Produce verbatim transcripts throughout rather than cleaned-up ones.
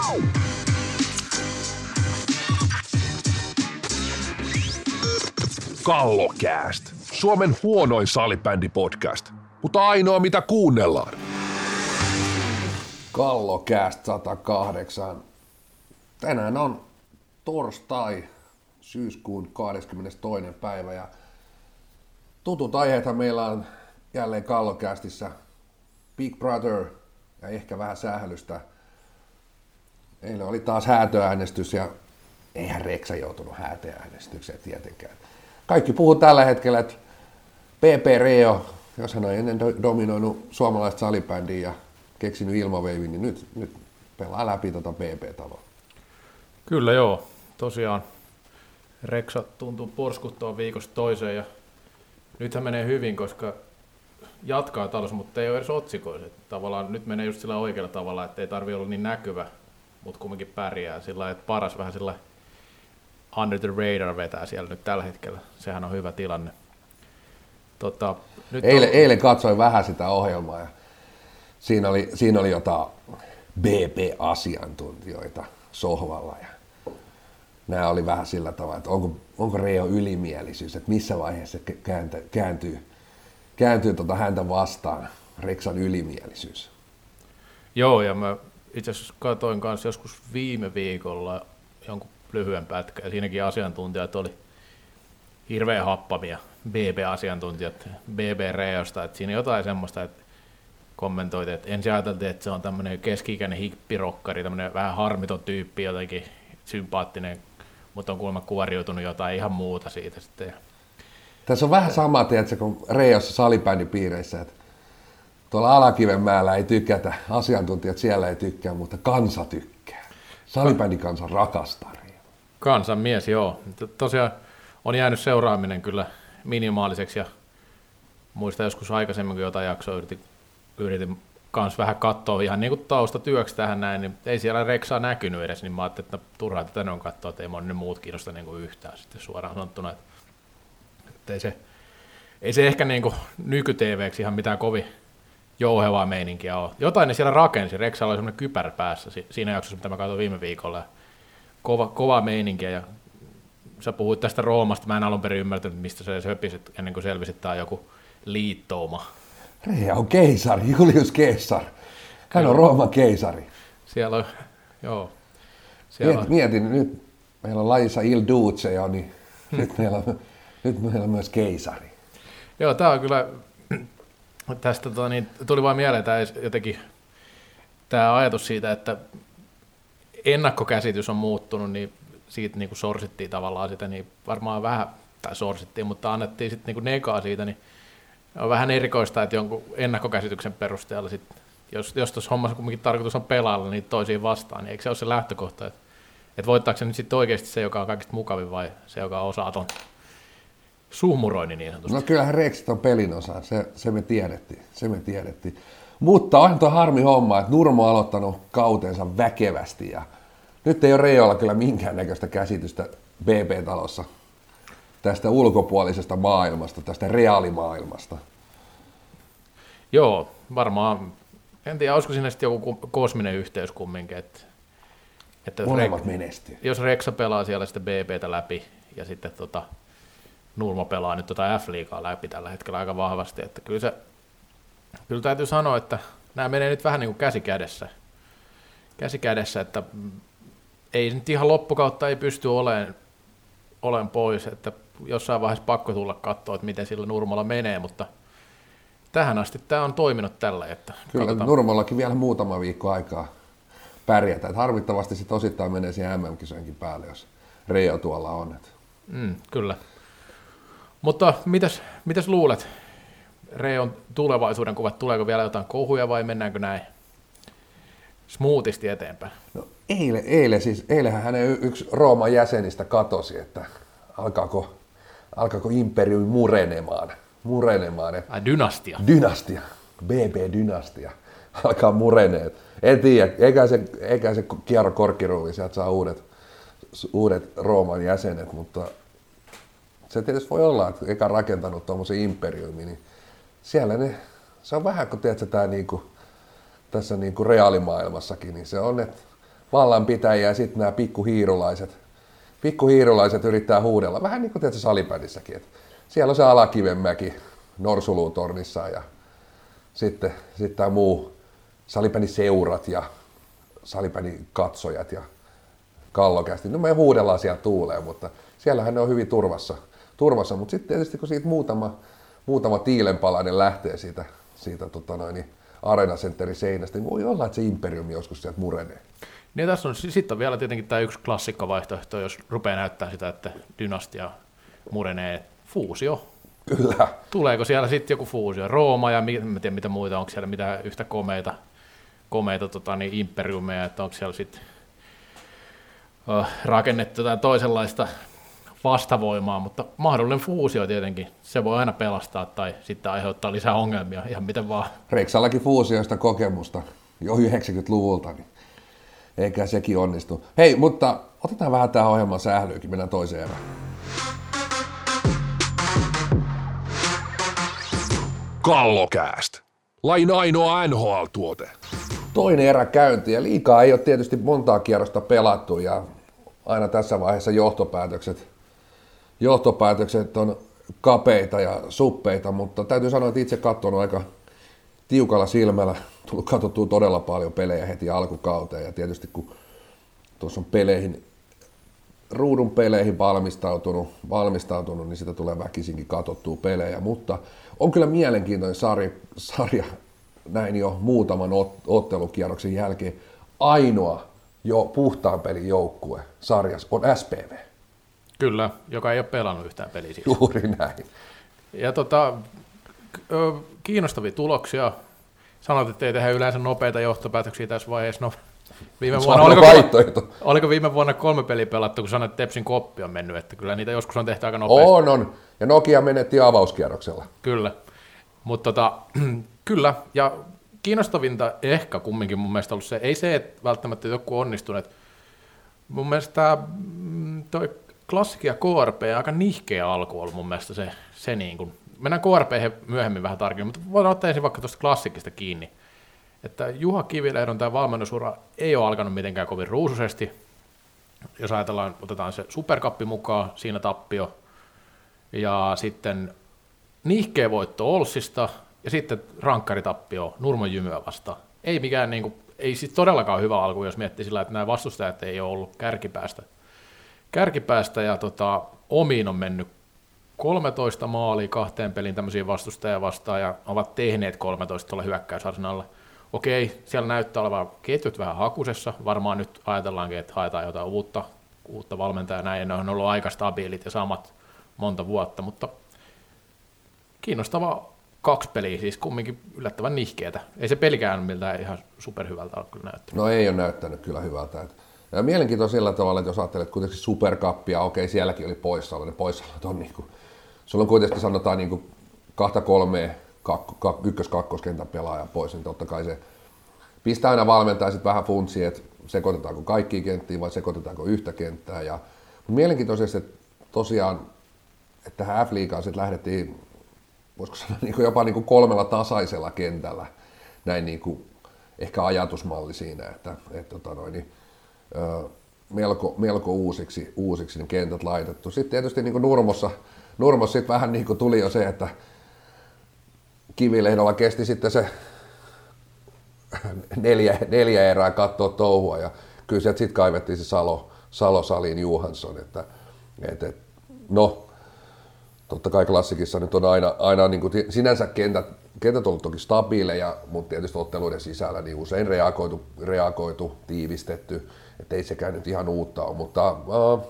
Kallokääst. Suomen huonoin salibändipodcast, mutta ainoa mitä kuunnellaan. Kallokääst sata kahdeksan. Tänään on torstai, syyskuun kahdeskymmenestoinen päivä ja tutut aiheethan meillä on jälleen Kallokäästissä. Big Brother ja ehkä vähän sählystä. Eilen oli taas häätöäänestys ja eihän Reksa joutunut häätöäänestykseen tietenkään. Kaikki puhuu tällä hetkellä, että P P Reo, jos hän on ennen dominoinut suomalaista salibändiä ja keksinyt ilmaveivin, niin nyt, nyt pelaa läpi tuota P P-taloa. Kyllä joo, tosiaan Reksa tuntuu porskuttaa viikosta toiseen ja nythän menee hyvin, koska jatkaa talossa, mutta ei ole edes otsikoissa. Tavallaan nyt menee just sillä oikealla tavalla, että ei tarvitse olla niin näkyvä, mutta kumminkin pärjää sillä lailla, että paras vähän sillä under the radar vetää siellä nyt tällä hetkellä. Sehän on hyvä tilanne. Tota, nyt eilen, on... eilen katsoin vähän sitä ohjelmaa ja siinä oli, siinä oli jotain B P-asiantuntijoita sohvalla ja nämä oli vähän sillä tavalla, että onko, onko Reo ylimielisyys, että missä vaiheessa se kääntyy, kääntyy, kääntyy tota häntä vastaan, Reksan ylimielisyys. Joo, ja mä itse asiassa katsoin kanssa joskus viime viikolla jonkun lyhyen pätkän, ja siinäkin asiantuntijat oli hirveän happamia, B B-asiantuntijat B B-Reosta, että siinä jotain semmoista, että kommentoitiin, että ensin ajateltiin, että se on tämmöinen keski-ikäinen hippirokkari, tämmöinen vähän harmiton tyyppi, jotenkin sympaattinen, mutta on kuulemma kuoriutunut jotain ihan muuta siitä sitten. Tässä on vähän sama, tiedätkö, kuin Reossa salibändipiireissä, että tuolla Alakivenmäellä ei tykätä, asiantuntijat siellä ei tykkää, mutta kansa tykkää. Salibändikansa rakastaa Reo. Kansan mies, joo. Tosiaan on jäänyt seuraaminen kyllä minimaaliseksi ja muistan joskus aikaisemmin, kun jotain jaksoa yritin, yritin kans vähän katsoa ihan niin kuin taustatyöksi tähän näin, niin ei siellä Reksaa näkynyt edes, niin mä ajattelin, että turhaa tätä on katsoa, että ei mua ne muut kiinnosta niin kuin yhtään sitten suoraan sanottuna. Että, että ei, se, ei se ehkä niin kuin nyky-tv:ksi ihan mitään kovin jouhevaa meininkiä ole. Jotain ne siellä rakensi, Reksalla oli semmoinen kypärä päässä siinä jaksossa, mitä mä katsoin viime viikolla. Kova, kova meininkiä ja sä puhuit tästä Roomasta, mä en alun perin ymmärtänyt, mistä sä edes höpisit ennen kuin selvisit, että tää on joku liittouma. Reo on keisari, Julius Caesar. Hän on Rooman keisari. Siellä on, joo. Siellä Miet, on. Mietin, nyt meillä on lajissa Il Duce jo, niin hmm. nyt, meillä on, nyt meillä on myös keisari. Joo, tää on kyllä, tästä tota, niin, tuli vaan mieleen tää jotenkin, tää ajatus siitä, että ennakkokäsitys on muuttunut, niin siitä niin kuin sorsittiin tavallaan sitä, niin varmaan vähän, tai sorsittiin, mutta annettiin sitten niin negaa siitä, niin on vähän erikoista, että jonkun ennakkokäsityksen perusteella, sit, jos, jos tuossa hommassa kumminkin tarkoitus on pelailla niitä toisiin vastaan, niin eikö se ole se lähtökohta, että, että voittaako se nyt sitten oikeasti se, joka on kaikista mukavin, vai se, joka osaa ton suhmuroinnin niin sanotusti? No kyllähän Reksit on pelin osa, se, se me tiedettiin, se me tiedettiin. Mutta on tuo harmi homma, että Nurmo on aloittanut kautensa väkevästi ja nyt ei ole Reolla kyllä minkäännäköistä käsitystä B B-talossa tästä ulkopuolisesta maailmasta, tästä reaalimaailmasta. Joo, varmaan. En tiedä, olisiko siinä sitten joku kosminen yhteys kumminkin. Että, että molemmat menestyy. Jos Reksa pelaa siellä sitten B B:tä läpi ja sitten tota, Nurmo pelaa nyt tota F-liigaa läpi tällä hetkellä aika vahvasti. Että kyllä, se, kyllä täytyy sanoa, että nämä menee nyt vähän niin kuin käsi kädessä. Käsi kädessä, että ei nyt ihan loppukautta ei pysty olemaan, olemaan pois, että jossain vaiheessa pakko tulla katsoa, että miten sillä Nurmolla menee, mutta tähän asti tämä on toiminut tällä. Että kyllä katsotaan. Nurmollakin vielä muutama viikko aikaa pärjätä. Että harvittavasti se osittain menee siihen M M-kisojenkin päälle, jos Reo tuolla on. Mm, kyllä. Mutta mitäs, mitäs luulet, Reon tulevaisuuden kuvat, tuleeko vielä jotain kohuja vai mennäänkö näin smoothisti eteenpäin? No, eilen, eilen siis, eilenhän hänen yksi Rooman jäsenistä katosi, että alkaako, alkaako imperiumi murenemaan. murenemaan että Ai dynastia. Dynastia, B B-dynastia alkaa murenee. En tiedä, eikä se, eikä se Kiaro Korkkiruuvi, sieltä saa uudet, uudet Rooman jäsenet, mutta se tietysti voi olla, että eikä rakentanut tuommoisen imperiumin, niin siellä ne, se on vähän kuin tiedätkö, tää niinku, tässä niinku reaalimaailmassakin, niin se on, että vallanpitäjiä ja sitten nämä pikkuhiirulaiset. Pikkuhiirulaiset yrittää huudella, vähän niin kuin tietysti salibändissäkin. Että siellä on se Alakivenmäki Norsuluutornissa ja sitten, sitten tämä muu salibändiseurat ja salibändikatsojat ja Kallokästi. No me huudellaan sieltä tuuleen, mutta siellähän ne on hyvin turvassa. turvassa. Mutta sitten tietysti kun siitä muutama, muutama tiilenpalainen lähtee siitä, siitä tota noin, Arena Centerin seinästä, niin voi olla, että se imperiumi joskus sieltä murenee. Niin tässä on sitten on vielä tietenkin tämä yksi klassikkovaihtoehto, jos rupeaa näyttää sitä, että dynastia murenee, fuusio. Kyllä. Tuleeko siellä sitten joku fuusio? Rooma ja en tiedä mitä muita, onko siellä mitään yhtä komeita, komeita tota, niin imperiumeja, että onko siellä sitten uh, rakennettu jotain toisenlaista vastavoimaa, mutta mahdollinen fuusio tietenkin, se voi aina pelastaa tai sitten aiheuttaa lisää ongelmia, ihan miten vaan. Reksallakin fuusioista kokemusta jo yhdeksänkymmentäluvulta, niin eikä sekin onnistu. Hei, mutta otetaan vähän tähän ohjelman sählyykin, mennään toiseen erään. Kallokääst. Lain ainoa N H L-tuote. Toinen erä käynti ja liikaa ei ole tietysti montaa kierrosta pelattu ja aina tässä vaiheessa johtopäätökset, johtopäätökset on kapeita ja suppeita, mutta täytyy sanoa, että itse katsonut aika tiukalla silmällä, tullut katsottua todella paljon pelejä heti alkukauteen ja tietysti kun tuossa on peleihin, ruudun peleihin valmistautunut, valmistautunut, niin sitä tulee väkisinkin katsottua pelejä, mutta on kyllä mielenkiintoinen sarja, sarja näin jo muutaman ottelukierroksen jälkeen. Ainoa jo puhtaan pelin joukkue sarjassa on S P V. Kyllä, joka ei ole pelannut yhtään peliä siis. Juuri näin. Ja tota, kiinnostavia tuloksia. Sanoit, että ei tehdä yleensä nopeita johtopäätöksiä tässä vaiheessa. No, viime vuonna, oliko, oliko viime vuonna kolme peliä pelattu, kun sanoit, että Tepsin koppi on mennyt, että kyllä niitä joskus on tehty aika nopeasti. On, on. Ja Nokia menetti avauskierroksella. Kyllä, mutta tota, kyllä, ja kiinnostavinta ehkä kumminkin mun mielestä ollut se, ei se, että välttämättä joku onnistuneet. Mun mielestä tämä toi Klassik ja K R P aika nihkeä alku ollut mun mielestä se, se niin kuin. Mennään K R P:hen myöhemmin vähän tarkemmin, mutta voidaan ottaa ensin vaikka tuosta Klassikista kiinni. Että Juha Kivilehdon tämä valmennusura ei ole alkanut mitenkään kovin ruusuisesti. Jos ajatellaan, otetaan se superkappi mukaan, siinä tappio. Ja sitten nihkeä voitto Olssista ja sitten rankkaritappio Nurmon Jymyä vastaan. Ei mikään, niin kuin, ei siis todellakaan hyvä alku, jos miettii sillä, että nämä vastustajat ei ole ollut kärkipäästä. Kärkipäästä ja tota, omiin on mennyt kolmetoista maalia kahteen peliin tämmöisiä vastustajia vastaan ja ovat tehneet kolmetoista tuolla hyökkäysarsenalla. Okei, siellä näyttää olevan ketjut vähän hakusessa. Varmaan nyt ajatellaankin, että haetaan jotain uutta, uutta valmentajaa näin. Ne on ollut aika stabiilit ja samat monta vuotta, mutta kiinnostava kaksi peliä, siis kumminkin yllättävän nihkeetä. Ei se pelikään miltään ihan superhyvältä ole kyllä näyttänyt. No ei ole näyttänyt kyllä hyvältä. Ja mielenkiintoista sillä tavalla, että jos ajattelet kuitenkin superkappia, okei sielläkin oli poissaolo, ne poissaolot on niin kuin, sulla on kuitenkin sanotaan niin kuin kahta kolmea kakko, kak, ykkös-kakkoskentän pelaaja pois, niin totta kai se pistää aina valmentaa sitten vähän funtsiin, että sekoitetaanko kaikkiin kenttiin vai sekoitetaanko yhtä kenttää. Ja, mutta mielenkiintoisesti, että tosiaan, että tähän F-liigaan sitten lähdettiin, voisiko sanoa niin kuin jopa niin kuin kolmella tasaisella kentällä, näin niin kuin ehkä ajatusmalli siinä, että, että tota noin, niin, melko, melko uusiksi, uusiksi ne kentät laitettu. Sitten tietysti niin kuin Nurmossa, Nurmossa sitten vähän niin kuin tuli jo se, että Kivilehdolla kesti sitten se neljä, neljä erää katsoa touhua ja kyllä sieltä sitten kaivettiin se Salo, Salo Salin Johansson, että et, et, no totta kai Klassikissa nyt on aina, aina niin kuin sinänsä kentät, kentät on ollut toki stabiileja, mutta tietysti otteluiden sisällä niin usein reagoitu, reagoitu tiivistetty, että ei sekään nyt ihan uutta ole, mutta uh,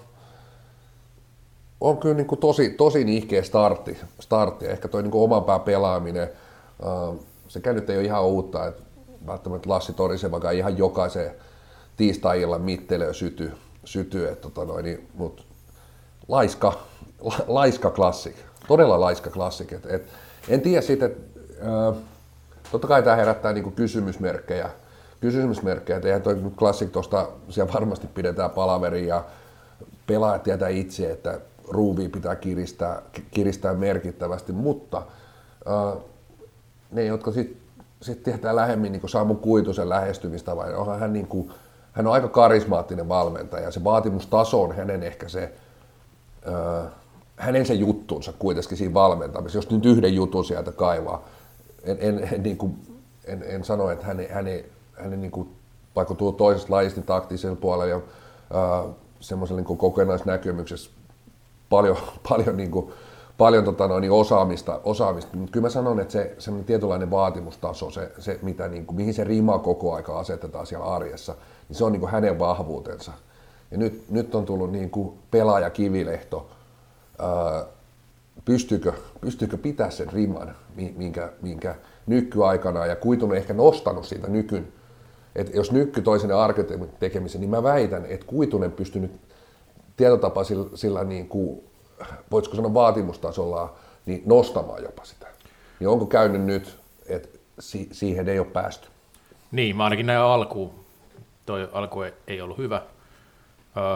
on kyllä niin kuin tosi, tosi nihkeä startti, startti. Ehkä toi niin kuin oman pään pelaaminen, uh, sekään nyt ei ole ihan uutta, että välttämättä Lassi Torisevakaan ihan jokaisen tiistai-illan mittelöön syty, syty että tota noin, niin, mutta laiska, la, laiska klassik, todella laiska klassik. Et, et, en tiedä sitten, että uh, totta kai tämä herättää niin kuin kysymysmerkkejä, kysymysmerkkejä, että eihän toi klassik tuosta, siellä varmasti pidetään palaveria ja pelaajat tietää itse, että ruuvia pitää kiristää, kiristää merkittävästi, mutta uh, ne, jotka sitten sit tietää lähemmin niin Samu Kuitusen lähestymistä, vai onhan hän niin kuin, hän on aika karismaattinen valmentaja ja se vaatimustaso on hänen ehkä se, ö, hänen se juttunsa kuitenkin siinä valmentamisessa. Jos nyt yhden jutun sieltä kaivaa, en, en, en, niin kuin, en, en sano, että hän, hän, hän niin kuin, vaikka tuo toisesta lajista taktisella puolella ja semmoisella niin kokonaisnäkemyksessä paljon, paljon, niin kuin, paljon tota noin, osaamista, osaamista. Mutta kyllä mä sanon, että se semmoinen tietynlainen vaatimustaso, se, se mitä, niin kuin, mihin se rima koko aika asetetaan siellä arjessa, niin se on niin kuin hänen vahvuutensa. Ja nyt, nyt on tullut niin kuin pelaaja Kivilehto, ää, pystyykö, pystyykö pitää sen riman, minkä, minkä nykyaikana ja Kuitunen ehkä nostanut siitä nykyn. Et jos Nykky toi sinne arkitekemisen, niin mä väitän, että Kuitunen pystynyt tietotapa sillä, sillä niin kuin, voisiko sanoa vaatimustasolla, niin nostamaan jopa sitä. Niin onko käynyt nyt, että si- siihen ei ole päästy? Niin, mä ainakin näin alkuun. Toi alku ei, ei ollut hyvä. Öö.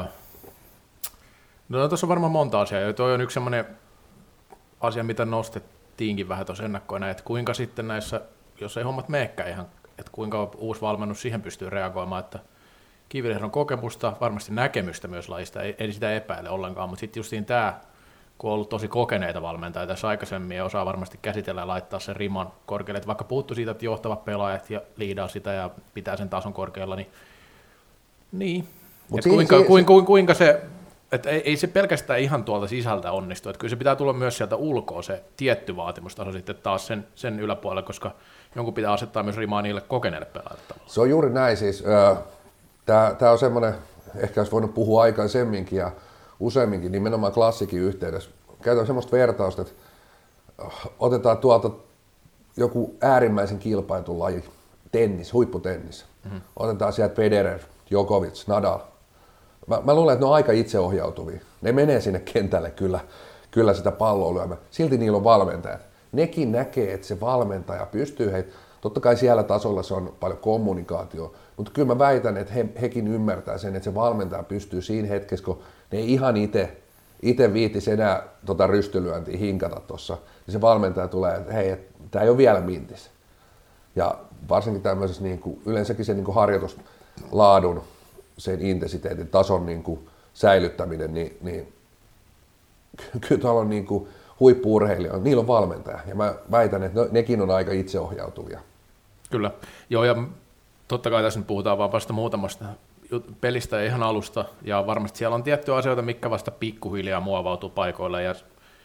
No tuossa on varmaan monta asiaa, ja toi on yksi semmoinen asia, mitä nostettiinkin vähän tuossa ennakkoina, että kuinka sitten näissä, jos ei hommat meekään ihan, että kuinka uusi valmennus siihen pystyy reagoimaan, että Kivilehdon kokemusta, varmasti näkemystä myös lajista, ei, ei sitä epäile ollenkaan, mutta sitten justiin tämä, kun on ollut tosi kokeneita valmentajia tässä aikaisemmin ja osaa varmasti käsitellä ja laittaa sen riman korkealle, että vaikka puuttuu siitä, että johtavat pelaajat ja liidaa sitä ja pitää sen tason korkealla, niin, niin. Mut siinä, kuinka, siinä, kuinka, kuinka, kuinka se, että ei, ei se pelkästään ihan tuolta sisältä onnistu, että kyllä se pitää tulla myös sieltä ulkoa se tietty vaatimustaso sitten taas sen, sen yläpuolelle, koska jonkun pitää asettaa myös rimaa niille kokeneille pelaajille. Se on juuri näin siis. Tämä on semmoinen, ehkä olisi voinut puhua aikaisemminkin ja useamminkin, nimenomaan klassikin yhteydessä. Käytetään semmoista vertausta, että otetaan tuolta joku äärimmäisen kilpailtu laji, tennis, huipputennis. Mm-hmm. Otetaan sieltä Federer, Djokovic, Nadal. Mä, mä luulen, että ne on aika itseohjautuvia. Ne menee sinne kentälle kyllä, kyllä sitä palloa lyömään. Silti niillä on valmentajat. Nekin näkee, että se valmentaja pystyy heitä. Totta kai siellä tasolla se on paljon kommunikaatio, mutta kyllä mä väitän, että he, hekin ymmärtää sen, että se valmentaja pystyy siinä hetkessä, kun ne ei ihan itse itse viittisi enää tota rystylyöntiä hinkata tuossa, niin se valmentaja tulee, että hei, tämä ei ole vielä mintis. Ja varsinkin tämmöisessä niin kuin, yleensäkin sen niin kuin harjoituslaadun, sen intensiteetin tason niin kuin säilyttäminen, niin, niin kyllä tuolla on niin kuin huippu-urheilijoita, niillä on valmentaja. Ja mä väitän, että nekin on aika itseohjautuvia. Kyllä. Joo, ja totta kai tässä nyt puhutaan vaan vasta muutamasta pelistä ihan alusta, ja varmasti siellä on tiettyjä asioita, mitkä vasta pikkuhiljaa muovautuu paikoilla, ja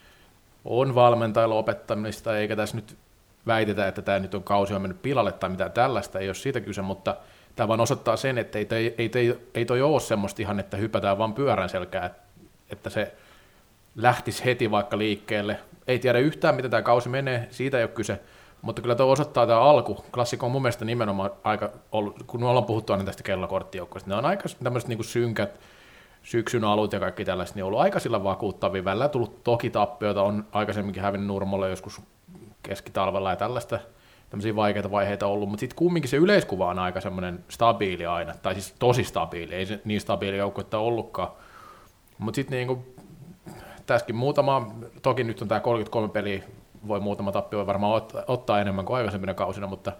on valmentajilla opettamista, eikä tässä nyt väitetä, että tämä nyt on kausi on mennyt pilalle tai mitään tällaista, ei ole siitä kyse, mutta tämä vaan osoittaa sen, että ei, ei, ei, ei, ei toi ole semmoista ihan, että hypätään vaan pyörän selkään, että se lähtisi heti vaikka liikkeelle. Ei tiedä yhtään, miten tämä kausi menee, siitä ei ole kyse, mutta kyllä tuo osoittaa tämä alku. Klassikko on mun mielestä nimenomaan aika ollut, kun me ollaan puhuttu aina tästä kellokorttijoukkoista, ne on aika tämmöiset niin kuin synkät syksyn alut ja kaikki tällaiset, niin on ollut aika sillä vakuuttavia. Välillä on tullut toki tappioita, on aikaisemminkin hävinnyt Nurmolle joskus keskitalvella ja tällaista, tämmöisiä vaikeita vaiheita ollut, mutta sitten kumminkin se yleiskuva on aika semmoinen stabiili aina, tai siis tosi stabiili, ei se niin stabiili joukkuetta ollutkaan. Mutta sitten niinku, tässäkin muutama, toki nyt on tämä kolmekymmentäkolme peliä, voi muutama tappio varmaan ottaa, ottaa enemmän kuin aikaisemmina kausina, mutta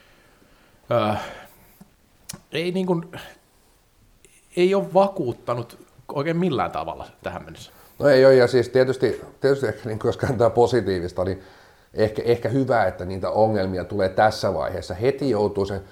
ää, ei, niinku, ei ole vakuuttanut oikein millään tavalla tähän mennessä. No ei ole, ja siis tietysti, tietysti ehkä, niin jos kääntää positiivista, niin ehkä, ehkä hyvä, että niitä ongelmia tulee tässä vaiheessa. Heti joutuu se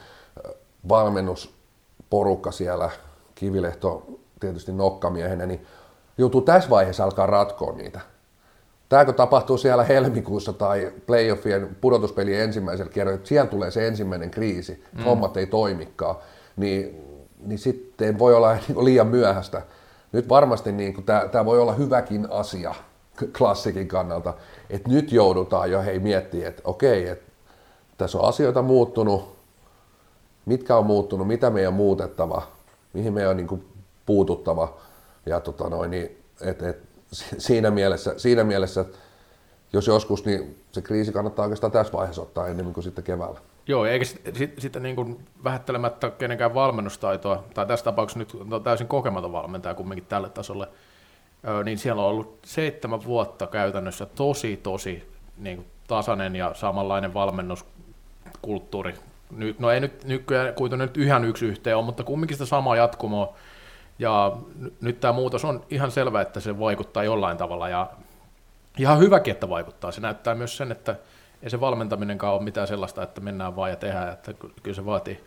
valmennusporukka siellä, Kivilehto tietysti nokkamiehenä, niin joutuu tässä vaiheessa alkaa ratkoa niitä. Tämä kun tapahtuu siellä helmikuussa tai playoffien pudotuspelien ensimmäisellä kerralla, että siellä tulee se ensimmäinen kriisi, mm. hommat ei toimikaan, niin, niin sitten voi olla liian myöhäistä. Nyt varmasti niin tämä, tämä voi olla hyväkin asia klassikin kannalta, että nyt joudutaan jo hei miettimään, että okei, että tässä on asioita muuttunut, mitkä on muuttunut, mitä meidän on muutettava, mihin meidän on niin kuin puututtava. Ja tota noin, niin, et, et, siinä, mielessä, siinä mielessä, että jos joskus, niin se kriisi kannattaa oikeastaan tässä vaiheessa ottaa enemmän kuin sitten keväällä. Joo, eikä sitten sit, sit, niin kuin vähättelemättä kenenkään valmennustaitoa, tai tässä tapauksessa nyt on täysin kokematon valmentaja kumminkin tälle tasolle, niin siellä on ollut seitsemän vuotta käytännössä tosi, tosi niin kuin tasainen ja samanlainen valmennuskulttuuri nyt, no ei nyt nykyään kuitenkin nyt ihan yksi yhteen ole, mutta kumminkin sitä samaa jatkumoa. Ja n- nyt tämä muutos on ihan selvä, että se vaikuttaa jollain tavalla ja ihan hyväkin, että vaikuttaa. Se näyttää myös sen, että ei se valmentaminenkaan ole mitään sellaista, että mennään vaan ja tehdään, että kyllä se vaatii,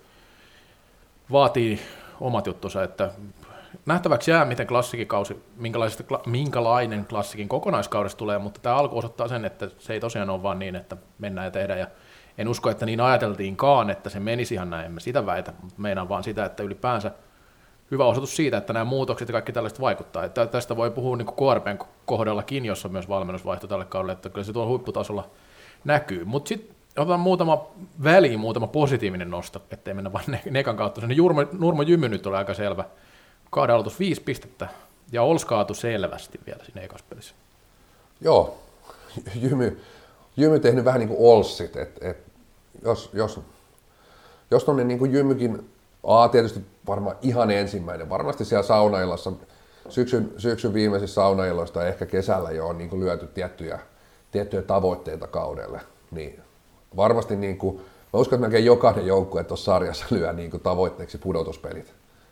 vaatii omat juttunsa, että nähtäväksi jää, miten klassikikausi, minkälainen klassikin kokonaiskaudesta tulee, mutta tämä alku osoittaa sen, että se ei tosiaan ole vaan niin, että mennään ja tehdään. Ja en usko, että niin ajateltiinkaan, että se menisi ihan näin, emme sitä väitä, mutta meinaan vaan sitä, että ylipäänsä hyvä osoitus siitä, että nämä muutokset ja kaikki tällaiset vaikuttaa. Että tästä voi puhua niin kuin K R P:n kohdallakin, jossa myös valmennusvaihto tälle kaudelle, että kyllä se tuolla huipputasolla näkyy. Mutta sitten otetaan muutama väliin, muutama positiivinen nosto, ettei mennä vain nekan kautta. Se Nurmo, Nurmo Jymy nyt oli aika selvä. Kauden aloitus viisi pistettä, ja Ols kaatui selvästi vielä siinä ekassa pelissä. Joo, Jymy, Jymy tehnyt vähän niin kuin Olssit, että et, jos, jos, jos tuonne niin kuin Jymykin, a, tietysti varmaan ihan ensimmäinen, varmasti siellä saunaillassa, syksyn, syksyn viimeisissä saunailloista ja ehkä kesällä jo on niin kuin lyöty tiettyjä, tiettyjä tavoitteita kaudelle, niin varmasti niin kuin, mä uskon, että melkein jokainen joukkue tuossa sarjassa lyö niin kuin tavoitteeksi pudotuspelit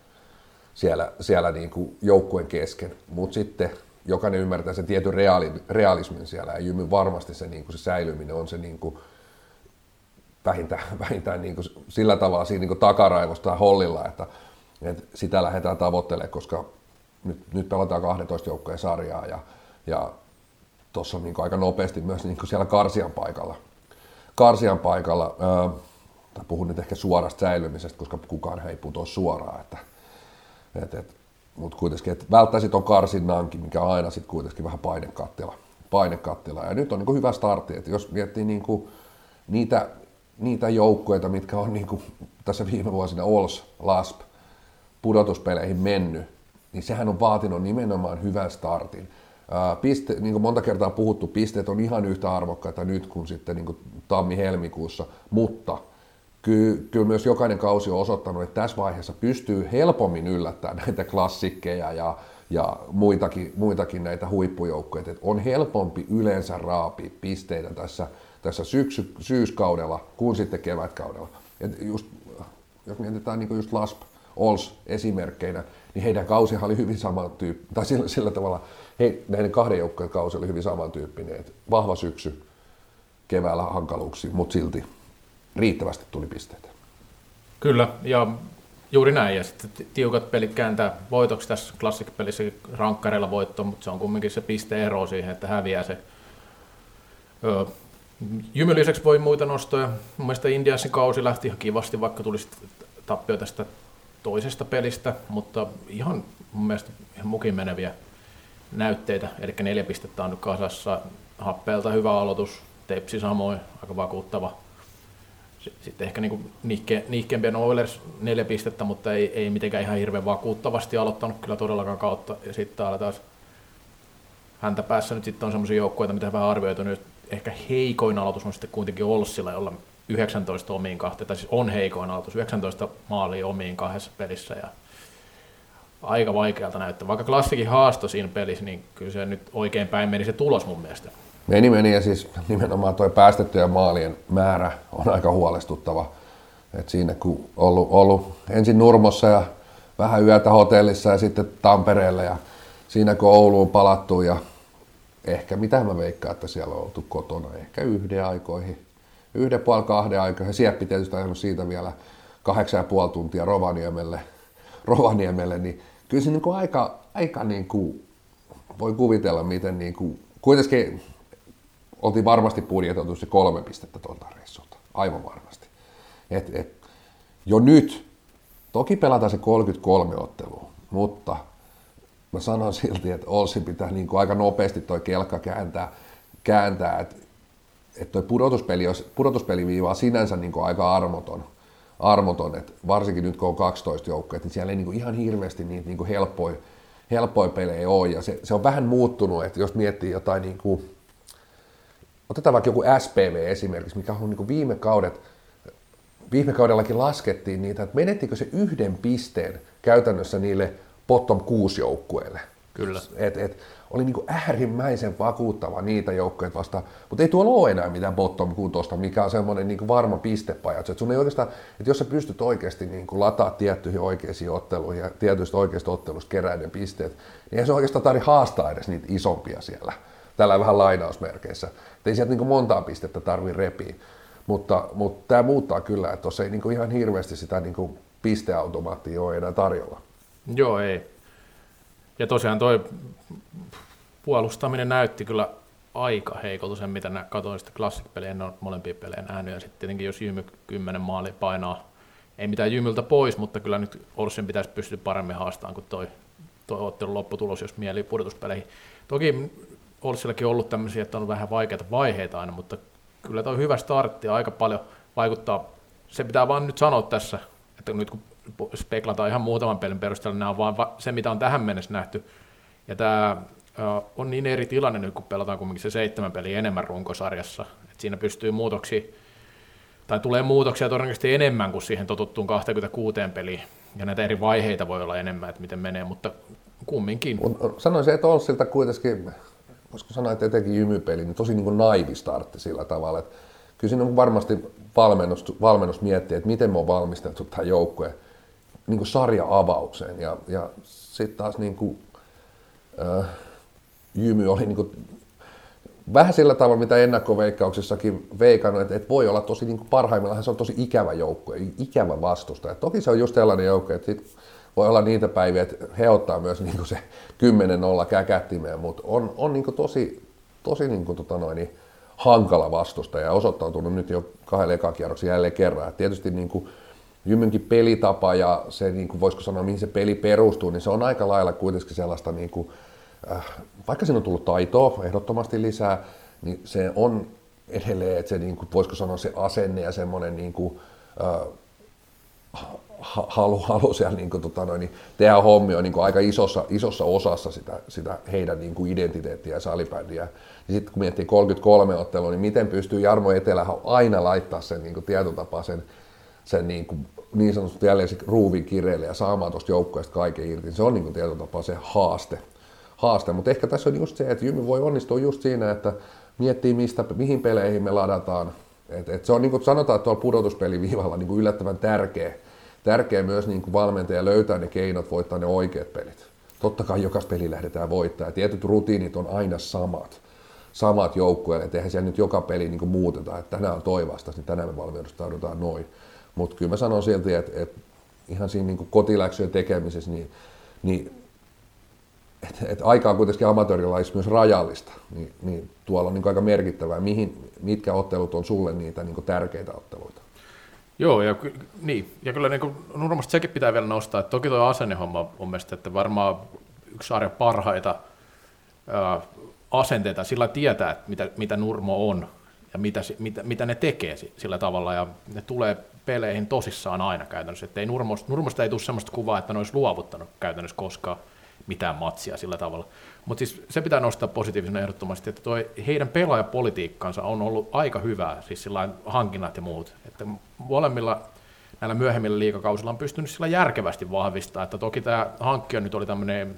siellä, siellä niin kuin joukkueen kesken, mutta sitten jokainen ymmärtää sen tietyn reaali, realismin siellä, ja Jymy varmasti se, niin kuin se säilyminen on se niin kuin vähintään, vähintään niin kuin sillä tavalla siinä niin kuin takaraivosta hollilla, että, että sitä lähdetään tavoittelemaan, koska nyt, nyt pelataan kaksitoista joukkojen sarjaa, ja, ja tuossa on niin kuin aika nopeasti myös niin kuin siellä Karsian paikalla. Karsian paikalla, ää, tai puhun nyt ehkä suorasta säilymisestä, koska kukaan ei putoa suoraan, että Et, et, mutta kuitenkin, että välttäisi tuon karsinnankin, mikä on aina sitten kuitenkin vähän painekattila. painekattila. Ja nyt on niinku hyvä startti, että jos miettii niinku niitä, niitä joukkueita, mitkä on niinku tässä viime vuosina Ols, Lasp, pudotuspeleihin mennyt, niin sehän on vaatinut nimenomaan hyvän startin. Ää, piste, niin kuin monta kertaa puhuttu, pisteet on ihan yhtä arvokkaita nyt kuin sitten niinku tammi-helmikuussa, mutta Kyllä, kyllä myös jokainen kausi on osoittanut, että tässä vaiheessa pystyy helpommin yllättämään näitä klassikkeja ja, ja muitakin, muitakin näitä huippujoukkoja. Et on helpompi yleensä raapia pisteitä tässä, tässä syksy, syyskaudella kuin sitten kevätkaudella. Et just, jos mietitään niin just Lasp, Ols esimerkkeinä, niin heidän kausihan oli hyvin samantyyppinen, tai sillä, sillä tavalla he, näiden kahden joukkojen kausi oli hyvin samantyyppinen. Et vahva syksy, keväällä hankaluuksia, mutta silti riittävästi tuli pisteitä. Kyllä, ja juuri näin. Ja sitten tiukat pelit kääntää voitoksi tässä Classic-pelissä rankkareilla voitto, mutta se on kumminkin se piste-ero siihen, että häviää se. Öö, Jymy lisäksi voi muita nostoja. Mun mielestä Indiansin kausi lähti ihan kivasti, vaikka tuli tappio tästä toisesta pelistä, mutta ihan mun mielestä ihan mukin meneviä näytteitä. Eli neljä pistettä on nyt kasassa. Happeelta hyvä aloitus, Tepsi samoin, aika vakuuttava. Sitten ehkä niin niihkeämpien Oilers neljä pistettä, mutta ei, ei mitenkään ihan hirveän vakuuttavasti aloittanut kyllä todellakaan kautta. Ja sitten täällä taas häntä päässä nyt sitten on semmoisia joukkueita, mitä vähän arvioitu nyt. Ehkä heikoin aloitus on sitten kuitenkin Olssilla, jolla yhdeksäntoista omiin kahteen, tai siis on heikoin aloitus, yhdeksäntoista maalia omiin kahdessa pelissä. Ja aika vaikealta näyttää. Vaikka Klassikin haastoi siinä pelissä, niin kyllä se nyt oikein päin meni se tulos mun mielestä. Meni, meni ja siis nimenomaan tuo päästettyjen maalien määrä on aika huolestuttava. Et siinä kun ollut, ollut ensin Nurmossa ja vähän yötä hotellissa ja sitten Tampereelle ja siinä kun Ouluun palattu ja ehkä mitä mä veikkaan, että siellä on oltu kotona, ehkä yhden aikoihin, yhden puoli kahden aikoihin. Sieppi tietysti ajanut siitä vielä kahdeksan ja puoli tuntia Rovaniemelle, Rovaniemelle niin kyllä se niin kuin aika, aika niin kuin, voi kuvitella miten niin kuin, kuitenkin oltiin varmasti budjetoitu se kolme pistettä tuolta reissulta, aivan varmasti. Et, et, jo nyt, toki pelataan se kolmekymmentäkolme ottelua, mutta mä sanon silti, että Olssin pitää niin kuin aika nopeasti toi kelkka kääntää, kääntää että et toi pudotuspeli, pudotuspeliviiva on sinänsä niin kuin aika armoton, armoton että varsinkin nyt kun on kaksitoista joukkoja, niin siellä ei niin kuin ihan hirveästi niitä niin kuin helppoja, helppoja pelejä ole, ja se, se on vähän muuttunut, että jos miettii jotain niin kuin otetaan vaikka joku S P V esimerkiksi, mikä on niin viime kaudet, viime kaudellakin laskettiin niitä, että menettikö se yhden pisteen käytännössä niille bottom kuusi joukkueille. Kyllä. Et, et, oli niinku äärimmäisen vakuuttava niitä joukkoja vastaan, mutta ei tuolla ole enää mitään bottom kutosta, mikä on semmoinen niinku varma pistepaja. Et sun ei oikeastaan, että jos sä pystyt oikeasti niinku lataa tiettyihin oikeisiin otteluihin ja tietyistä oikeista otteluista keräiden pisteet, niin ei se oikeastaan tarvitse haastaa edes niitä isompia siellä. Tällä vähän lainausmerkeissä. Et ei sieltä niinku montaa pistettä tarvitse repiä. Mutta, mutta tämä muuttaa kyllä, että tuossa ei niinku ihan hirveästi sitä niinku pisteautomaattia ole enää tarjolla. Joo, ei. Ja tosiaan toi puolustaminen näytti kyllä aika heikolta sen, mitä katsoin sitä Classic-peliä, en ole molempia pelejä nähnyt, ja sitten tietenkin jos Jymy kymmenen maalia painaa, ei mitään Jymyltä pois, mutta kyllä nyt Olssin pitäisi pystyä paremmin haastamaan kuin toi, toi ottelun lopputulos, jos mieli pudotuspeleihin. Toki Olssillakin on ollut tämmöisiä, että on vähän vaikeita vaiheita aina, mutta kyllä toi hyvä startti ja aika paljon vaikuttaa. Se pitää vaan nyt sanoa tässä, että nyt kun speklataan ihan muutaman pelin perusteella, nämä on vaan se, mitä on tähän mennessä nähty. Ja tämä on niin eri tilanne nyt, kun pelataan kuitenkin se seitsemän peliä enemmän runkosarjassa. Että siinä pystyy muutoksia, tai tulee muutoksia todennäköisesti enemmän kuin siihen totuttuun kaksikymmentäkuusi peliin. Ja näitä eri vaiheita voi olla enemmän, että miten menee, mutta kumminkin. Sanoisin, että Olssilta kuitenkin, koska sanoin, että etenkin Jymy-peli, niin tosi niin kuin naivi startti sillä tavalla, että kyllä siinä on varmasti valmennus, valmennus miettiä, että miten me on valmistettu tämä joukkue niin kuin sarja-avaukseen. Ja, ja sitten taas niin kuin, äh, Jymy oli niin kuin, vähän sillä tavalla, mitä ennakkoveikkauksissakin veikannut, että, että voi olla tosi niin kuin parhaimmillaan se on tosi ikävä joukkue, ikävä vastustaja. Toki se on just sellainen joukkue, että sit voi olla niitä päiviä, että he ottaa myös niin kuin se kymmenen nolla käkättimeen, mutta on, on niin kuin tosi, tosi niin kuin, tota noin, niin hankala vastustaja ja osoittautunut nyt jo kahdella ekakierroksella jälleen kerran. Et tietysti niin kuin Jymynkin pelitapa ja se, niin kuin voisiko sanoa, mihin se peli perustuu, niin se on aika lailla kuitenkin sellaista, niin kuin, äh, vaikka siinä on tullut taitoa ehdottomasti lisää, niin se on edelleen, että se, niin kuin, voisiko sanoa, se asenne ja semmoinen niin kuin, äh, halu, halu siellä niin kuin, tota noin, niin tehdä hommia niin kuin aika isossa, isossa osassa sitä, sitä heidän niin kuin identiteettiä ja salibändiä. Ja sitten kun miettii kolmekymmentäkolme ottelua, niin miten pystyy Jarmo Etelä aina laittaa sen niin kuin tietotapaa sen, sen niin, kuin, niin sanotusti jälleen se ruuvin kireille ja saamaan tuosta joukkueesta kaiken irti. Se on niin kuin tietotapaa se haaste. haaste. Mutta ehkä tässä on just se, että Jymy voi onnistua just siinä, että miettii mistä, mihin peleihin me ladataan. Et, et se on niin kuin sanotaan, että tuolla pudotuspeliviivalla niin kuin yllättävän tärkeä. Tärkeä myös niin kuin valmentaja löytää ne keinot voittaa ne oikeat pelit. Totta kai jokaista peli lähdetään voittaa. Ja tietyt rutiinit on aina samat. Samat joukkueelle, että eihän siellä nyt joka peli niin kuin muuteta, että tänään on toi vastas, niin tänään me valmiudustaudutaan noin. Mutta kyllä mä sanon silti, että, että ihan siinä niin kuin kotiläksyjen tekemisessä, niin, niin että, että aika on kuitenkin amatöörilaisissa myös rajallista, niin, niin tuolla on niin kuin aika merkittävää, mihin, mitkä ottelut on sulle niitä niin kuin tärkeitä otteluita. Joo, ja, ky- niin. ja kyllä niin Nurmosta sekin pitää vielä nostaa, että toki tuo asennehomma on mielestäni, että varmaan yksi sarjan parhaita ää, asenteita, sillä tietää, että mitä, mitä Nurmo on ja mitä, mitä, mitä ne tekee sillä tavalla, ja ne tulee peleihin tosissaan aina käytännössä, että ei Nurmosta, Nurmosta ei tule sellaista kuvaa, että ne olisi luovuttanut käytännössä koskaan mitään matsia sillä tavalla, mutta siis se pitää nostaa positiivisena ehdottomasti, että toi heidän pelaajapolitiikkansa on ollut aika hyvää, siis sillä hankinnat ja muut, että molemmilla näillä myöhemmillä liigakausilla on pystynyt sillä järkevästi vahvistamaan, että toki tämä hankki nyt oli tämmöinen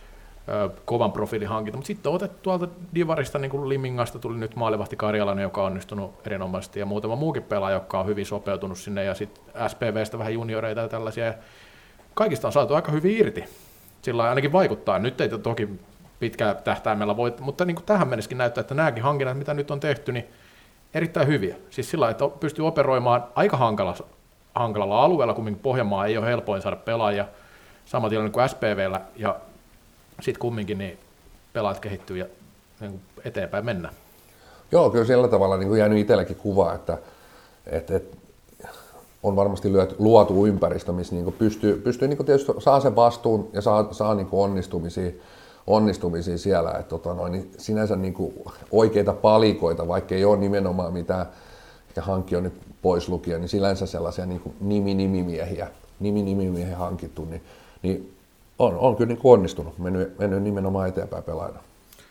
kovan profiilin hankinta, mutta sitten on otettu tuolta Divarista, niin kuin Limingasta tuli nyt maalivahti Karjalainen, joka on onnistunut erinomaisesti, ja muutama muukin pelaaja, joka on hyvin sopeutunut sinne, ja sitten S P V:stä vähän junioreita ja tällaisia, ja kaikista on saatu aika hyvin irti, sillä ainakin vaikuttaa. Nyt ei toki pitkään tähtäimellä voi, mutta niin kuin tähän mennessäkin näyttää, että nämäkin hankinnat, mitä nyt on tehty, niin erittäin hyviä. Siis sillä että pystyy operoimaan aika hankalalla, hankalalla alueella, kun Pohjanmaa ei ole helpoin saada pelaajia, sama tilanne kuin S P V:llä, ja sitten kumminkin niin pelaat kehittyy ja niin eteenpäin mennään. Joo, kyllä sillä tavalla niin kuin jäänyt itselläkin kuva, että, että, että on varmasti luotu ympäristö, missä niin kuin pystyy, pystyy niin kuin tietysti saa sen vastuun ja saa, saa niin kuin onnistumisia, onnistumisia siellä. Että, tota noin, niin sinänsä niin kuin oikeita palikoita, vaikka ei ole nimenomaan mitään, ehkä hankki on nyt pois lukien, niin sinänsä sellaisia niin kuin nimi-nimimiehiä, nimi-nimimiehiä hankittu, niin, niin On, on kyllä niin onnistunut, mennyt, mennyt nimenomaan eteenpäin pelaajana.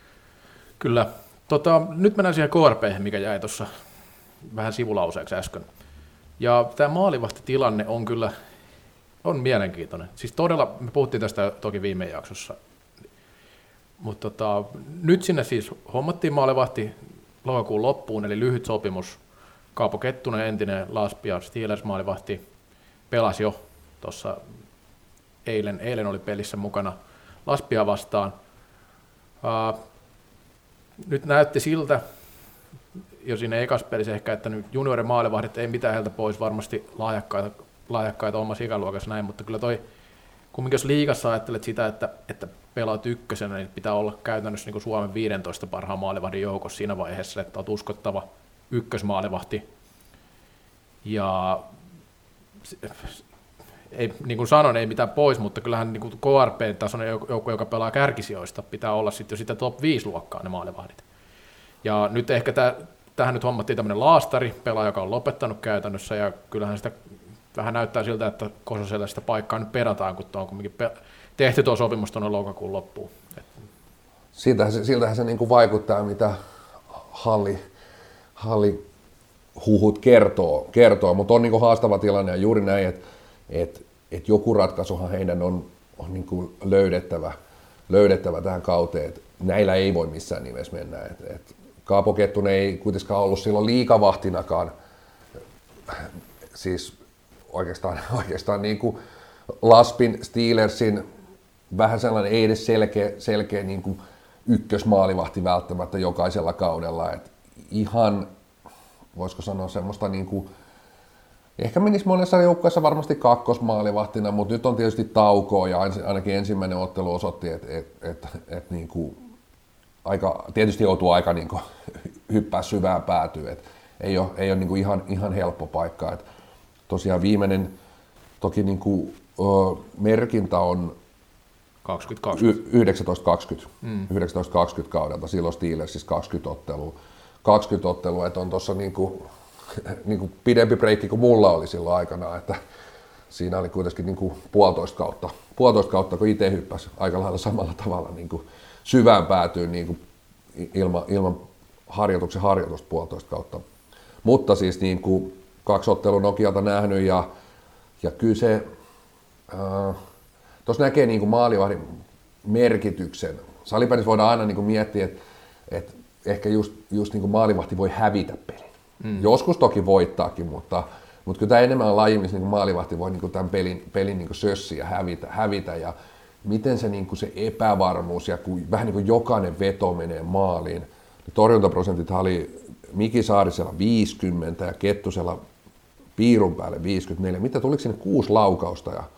Kyllä. Tota, nyt mennään siihen K R P:hen, mikä jäi tuossa vähän sivulauseeksi äsken. Ja tämä maalivahtitilanne on kyllä on mielenkiintoinen. Siis todella, me puhuttiin tästä toki viime jaksossa, Mutta tota, nyt sinne siis hommattiin maalivahti lokakuun loppuun, eli lyhyt sopimus. Kaapo Kettunen, entinen Laspia Steelers maalivahti, pelasi jo tuossa eilen, eilen oli pelissä mukana Laspia vastaan. Uh, nyt näytti siltä, jo siinä ekas pelissä ehkä, että nyt juniorin maalivahdit ei mitään heiltä pois, varmasti lahjakkaita, lahjakkaita omassa ikäluokassa näin, mutta kyllä toi, kumminkin jos liigassa ajattelet sitä, että, että pelaat ykkösenä, niin pitää olla käytännössä niin kuin Suomen viidentoista parhaan maalivahdin joukossa siinä vaiheessa, että olet uskottava ykkösmaalivahti. Ja ei, niin kuin sanoin, ei mitään pois, mutta kyllähän niin kuin K R P-tasoinen joukko, joka pelaa kärkisijoista, pitää olla sitten jo sitä top viisi luokkaa ne maalivahdit. Ja nyt ehkä täh, tähän nyt hommattiin tämmöinen laastari, pelaaja, joka on lopettanut käytännössä, ja kyllähän sitä vähän näyttää siltä, että Kososelle sitä paikkaa nyt perataan, kun tuo on kuitenkin pe- tehty tuo sopimus tuonne lokakuun loppuun. Siltähän se, siltähän se niin kuin vaikuttaa, mitä halli, halli huhut kertoo, kertoo. Mutta on niin kuin haastava tilanne ja juuri näin, että et, et joku ratkaisuhan heidän on, on niin kuin löydettävä, löydettävä tähän kauteen. Et näillä ei voi missään nimessä mennä. Et, et Kaapo Kettunen ei kuitenkaan ollut silloin liikavahtinakaan, siis oikeastaan, oikeastaan niin kuin Laspin, Steelersin, vähän sellainen ei edes selkeä, selkeä niin kuin ykkösmaalivahti välttämättä jokaisella kaudella. Et ihan, voisiko sanoa semmoista, niin kuin, ehkä menisi monessa joukkueessa varmasti kakkosmaalivahtina, mutta nyt on tietysti taukoa ja ainakin ensimmäinen ottelu osoitti, että et, et, et, niin kuin aika, tietysti joutuu aika niin kuin hyppää syvään päätyyn, et ei ole, ei ole niin kuin ihan, ihan helppo paikka. Et tosiaan viimeinen toki niin kuin, ö, merkintä on yhdeksäntoista kaksikymmentä mm. yhdeksäntoista kaksikymmentä kaudelta, silloin Steelers siis kaksikymmentä ottelua, kaksikymmentä ottelua, että on tuossa niin kuin, niin kuin pidempi breikki kuin mulla oli silloin aikana, että siinä oli kuitenkin niin kuin puolitoista kautta, puolitoista kautta, kun itse hyppäsi aika lailla samalla tavalla niin kuin syvään päätyyn niin kuin ilman, ilman harjoituksen harjoitusta puolitoista kautta. Mutta siis niin kuin kaksi ottelua Nokialta nähnyt ja, ja kyllä se, äh, tuossa näkee niin kuin maalivahdin merkityksen. Salibändissä voidaan aina niin kuin miettiä, että, että ehkä just, just niin kuin maalivahti voi hävitä pelin. Mm. Joskus toki voittaakin, mutta, mutta kyllä tämä enemmän on laji, missä niin kuin maalivahti voi niin kuin tämän pelin, pelin niin kuin sössiä hävitä, hävitä ja miten se, niin kuin se epävarmuus ja kun vähän niin kuin jokainen veto menee maaliin. Torjuntaprosentit oli Miki Saarisella viisikymmentä ja Kettusella piirun päälle viisikymmentäneljä. Mitä tuliko sinne kuusi laukausta ja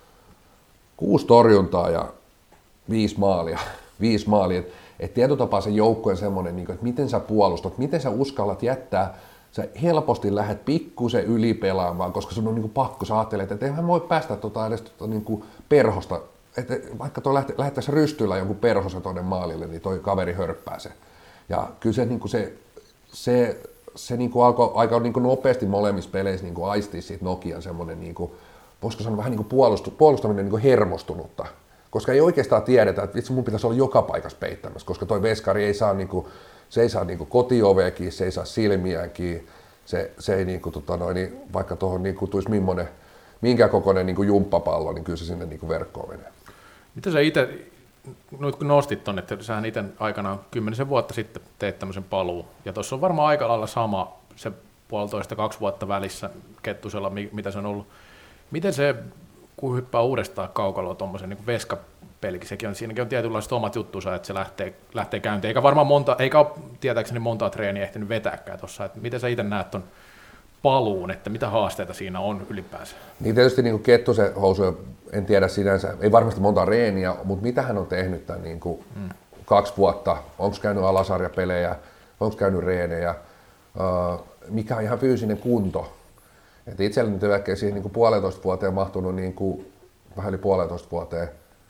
kuusi torjuntaa ja viisi maalia. Viisi maalia. Et, et tietyllä tapaa se joukkueen semmoinen, niin että miten sä puolustat, miten sä uskallat jättää, sä helposti lähdet pikkusen ylipelaamaan, koska sun on niin kuin pakko, sä ajattelet, että eihän voi päästä tota edes tota niin kuin perhosta, että vaikka toi lähettäisi rystyllä jonkun perhosen tuonne maalille, niin toi kaveri hörppää se. Ja kyllä se, niin kuin se, se, se niin kuin alkoi aika niin kuin nopeasti molemmissa peleissä niin kuin aistia siitä Nokian semmoinen, niin kuin, voisiko sanoa vähän niin kuin puolustu, puolustaminen niin kuin hermostunutta. Koska ei oikeastaan tiedetä, että vitsi mun pitäisi olla joka paikassa peittämässä, koska toi veskari ei saa, niin kuin, se ei saa niin kuin kotioveakin, se ei saa silmiäänkin, se, se ei niin kuin, tota noin, niin vaikka tuohon niin kuin tulisi millainen, minkä kokoinen niin kuin jumppapallo, niin kyllä se sinne niin kuin verkkoon menee. Mitä sä itse, nyt kun nostit ton, että sähän itse aikanaan kymmenisen vuotta sitten teit tämmöisen paluu, ja tuossa on varmaan aika lailla sama se puolitoista, kaksi vuotta välissä Kettusella, mitä se on ollut. Miten se, kun hyppää uudestaan kaukaloa tuommoisen niin veskapelikin, sekin on, siinäkin on tietynlaiset omat juttuunsa, että se lähtee, lähtee käyntiin, eikä varmaan monta, eikä ole tietääkseni montaa treeniä ehtinyt vetääkään tuossa, että miten sä itse näet ton paluun, että mitä haasteita siinä on ylipäänsä? Niin tietysti niin kuin Kettusen housuja, en tiedä sinänsä, ei varmasti monta reeniä, mutta mitä hän on tehnyt tämän niin kuin mm. kaksi vuotta, onko käynyt alasarjapelejä, onko käynyt reenejä, uh, mikä on ihan fyysinen kunto. Et itselleni nyt ehkä siihen niin kuin puolentoista vuoteen mahtunut, niin kuin, vähän yli puolentoista vuoteen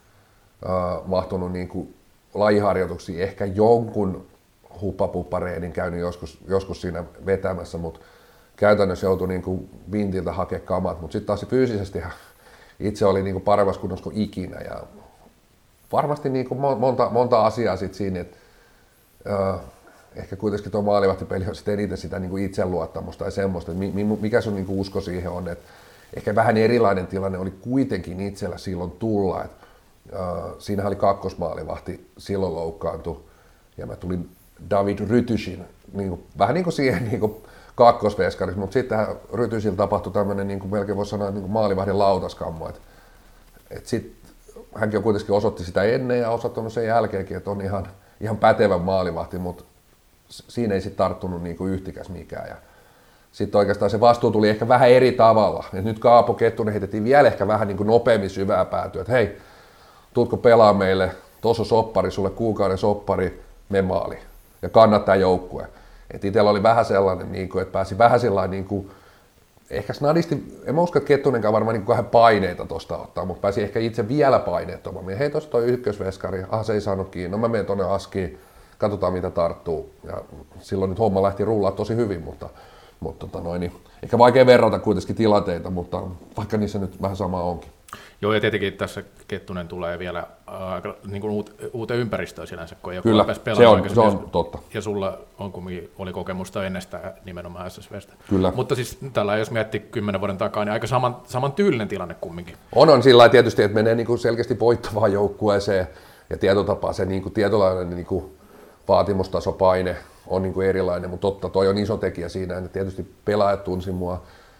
uh, mahtunut niin kuin lajiharjoituksia, ehkä jonkun huppapuppareenin käynyt joskus, joskus siinä vetämässä, mutta käytännössä joutui niin kuin vintiltä hakemaan kamat, mutta sitten taas fyysisesti itse oli niin kuin paremmassa kunnossa kuin ikinä ja varmasti niin kuin monta, monta asiaa sit siinä, että uh, ehkä kuitenkin tuo maalivahtipeli on sitten eniten sitä niin kuin itseluottamusta ja semmoista, että mikä sun niin kuin usko siihen on, että ehkä vähän erilainen tilanne oli kuitenkin itsellä silloin tulla, että Uh, siinähän oli kakkosmaalivahti, silloin loukkaantui, ja mä tulin David Rytysin, niin kuin, vähän niin kuin siihen niin kuin kakkosveskariksi, mutta sitten Rytysillä tapahtui tämmöinen, niin kuin melkein voisi sanoa, niin kuin maalivahdin lautaskammo. Et, et sit, hänkin on kuitenkin osoitti sitä ennen ja osoittanut sen jälkeenkin, että on ihan, ihan pätevä maalivahti, mutta siinä ei sitten tarttunut niin kuin yhtikäs mikään. Ja sitten oikeastaan se vastuu tuli ehkä vähän eri tavalla. Et nyt Kaapo Kettunen heitettiin vielä ehkä vähän niin kuin nopeammin syvää päätyä, että hei, tuutko pelaa meille, tuossa on soppari, sulle kuukauden soppari, me maali. Ja kannattaa joukkue. Et itsellä oli vähän sellainen, niin kuin, että pääsi vähän sellainen, niin kuin, ehkä snadisti, en mä usko, että Kettunenkaan varmaan niin kahden paineita tuosta ottaa, mutta pääsi ehkä itse vielä paineettomammin. Hei, tuossa toi ykkösveskari, ah se ei saanut kiinni, no mä menen tuonne askiin, katsotaan mitä tarttuu. Ja silloin nyt homma lähti rullaa tosi hyvin, mutta, mutta tota noin, niin, ehkä vaikea verrata kuitenkin tilanteita, mutta vaikka niissä nyt vähän sama onkin. Joo, ja tietenkin tässä Kettunen tulee vielä aika niin kuin uuteen ympäristöön sinänsä, kun ei Kyllä, ole se on, se on totta. Ja sulla on kumminkin oli kokemusta ennestään nimenomaan S S V:stä. Kyllä. Mutta siis tällä jos miettii kymmenen vuoden takaa, niin aika saman, saman tyylinen tilanne kumminkin. On, on sillä tietysti, että menee niin kuin selkeästi voittavaan joukkueeseen ja tietotapaa se niin kuin tietynlainen niin kuin vaatimustasopaine on niin kuin erilainen, mutta totta, toi on iso tekijä siinä, että tietysti pelaajat tunsi mua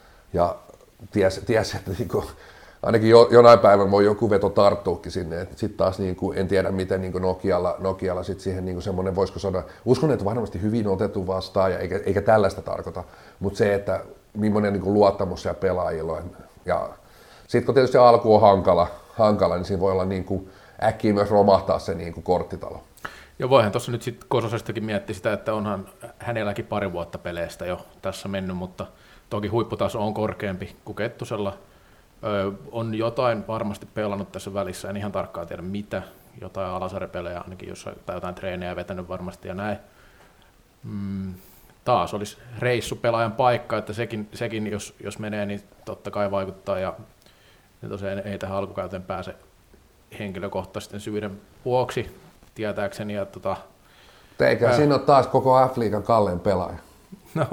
ja ties, ties että niin kuin ainakin jo, jonain päivänä voi joku veto tarttuukin sinne. Sitten taas niin kuin, en tiedä, miten niin kuin Nokialla, Nokialla sit siihen niin kuin semmoinen, voisiko sanoa, uskon, että varmasti hyvin otettu vastaan, ja eikä, eikä tällaista tarkoita, mutta se, että millainen niin kuin luottamus siellä pelaajilla on. Ja sitten kun tietysti alku on hankala, hankala niin siinä voi olla niin kuin äkkiä myös romahtaa se niin kuin korttitalo. Ja voihan tuossa nyt sitten Kososestakin miettiä sitä, että onhan hänelläkin pari vuotta peleistä jo tässä mennyt, mutta toki huipputaso on korkeampi kuin Kettusella. Öö, on jotain varmasti pelannut tässä välissä, en ihan tarkkaan tiedä mitä, jotain alasarjapelejä ainakin, jossain, tai jotain treenejä vetänyt varmasti ja näin. Mm, taas olisi reissupelaajan paikka, että sekin, sekin jos, jos menee, niin totta kai vaikuttaa, ja, ja tosiaan ei tähän alkukäyteen pääse henkilökohtaisten syiden vuoksi, tietääkseni. Ja, tota, Eikä ää, siinä ole taas koko F-liigan kallein pelaaja. No,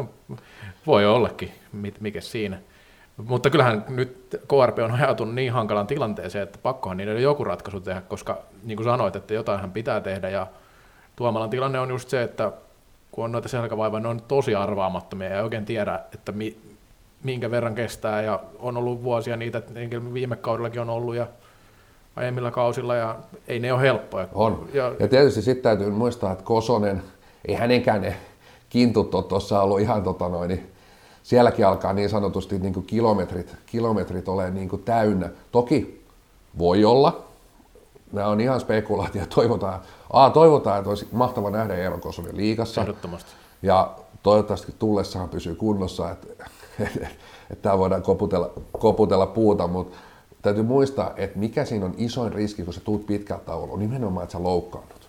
voi ollakin, mikä siinä. Mutta kyllähän nyt K R P on ajautunut niin hankalaan tilanteeseen, että pakkohan niiden joku ratkaisu tehdä, koska niin kuin sanoit, että jotainhan pitää tehdä. Ja Tuomalan tilanne on just se, että kun on noita selkävaivoja, ne on tosi arvaamattomia ja ei oikein tiedä, että mi, minkä verran kestää. Ja on ollut vuosia niitä, että viime kaudellakin on ollut ja aiemmilla kausilla ja ei ne ole helppoja. On. Ja, ja tietysti sitten täytyy muistaa, että Kosonen, ei hänenkään ne kintut ole tuossa ollut ihan tota noin, niin sielläkin alkaa niin sanotusti niin kuin kilometrit, kilometrit olemaan niin kuin täynnä. Toki voi olla, nämä on ihan spekulaatio, toivotaan, A, toivotaan, että olisi mahtava nähdä Eero Kosonen liigassa. Ehdottomasti. Ja toivottavasti tullessaan pysyy kunnossa, että, että, että täällä voidaan koputella, koputella puuta, mutta täytyy muistaa, että mikä siinä on isoin riski, kun sä tuut pitkältä tauolla, on nimenomaan, että sä loukkaannut.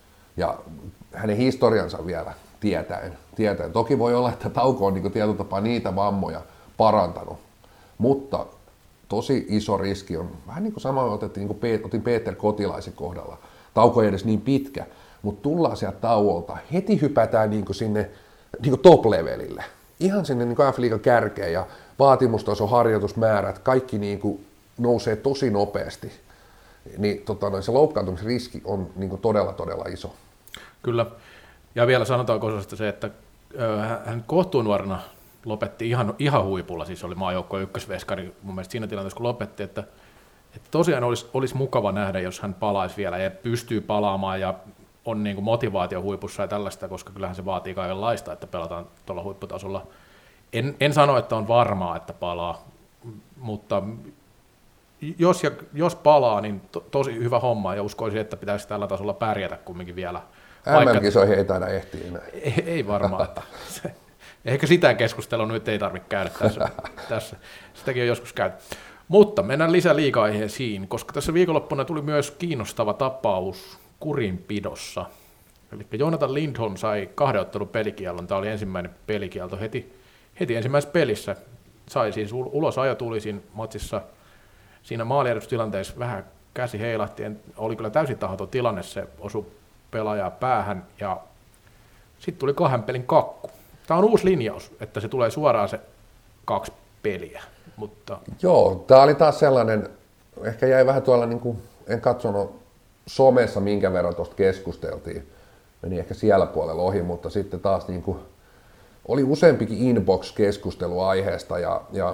Ja hänen historiansa vielä tietäen. tietäen. Toki voi olla, että tauko on niin tietyllä tapaa niitä vammoja parantanut, mutta tosi iso riski on, vähän niin kuin samoin otettiin, niin kuin otin Peter Kotilaisen kohdalla. Tauko ei edes niin pitkä, mutta tullaan sieltä tauolta, heti hypätään niin kuin sinne niin kuin top-levelille. Ihan sinne niin kuin F-liigan kärkeen ja vaatimustaso, harjoitusmäärät, kaikki niin kuin nousee tosi nopeasti. Niin tota, no, se loukkaantumisriski on niin kuin todella, todella iso. Kyllä. Ja vielä sanotaan Kososesta se, että hän kohtuunuorena lopetti ihan, ihan huipulla, siis oli maajoukkojen ykkösveskari mun mielestä siinä tilanteessa, kun lopetti, että, että tosiaan olisi, olisi mukava nähdä, jos hän palaisi vielä ja pystyy palaamaan ja on niin kuin motivaatio huipussa ja tällaista, koska kyllähän se vaatii kaikenlaista, että pelataan tuolla huipputasolla. En, en sano, että on varmaa, että palaa, mutta jos, ja, jos palaa, niin to, tosi hyvä homma ja uskoisin, että pitäisi tällä tasolla pärjätä kumminkin vielä. M M-kisoihin ei taida ehtiä enää. Ei, ei varmaan. Että se, ehkä sitä keskustelua nyt ei tarvitse käydä tässä. tässä. Sitäkin on joskus käyty. Mutta mennään lisää liiga-aiheisiin, koska tässä viikonloppuna tuli myös kiinnostava tapaus kurinpidossa. Eli Jonathan Lindholm sai kahden ottelun pelikiellon. Tämä oli ensimmäinen pelikielto heti, heti ensimmäisessä pelissä. Sai siis ulos ajo tuli siinä matsissa. Siinä maaliedustilanteessa vähän käsi heilahti. Oli kyllä täysin tahaton tilanne, se osui pelaajaa päähän ja sitten tuli kahden pelin kakku. Tämä on uusi linjaus, että se tulee suoraan se kaksi peliä. Mutta... Joo, tämä oli taas sellainen, ehkä jäi vähän tuolla niin kuin en katsonut somessa minkä verran tuosta keskusteltiin. Meni ehkä siellä puolella ohi, mutta sitten taas niin kuin, oli useampikin inbox-keskustelu aiheesta ja, ja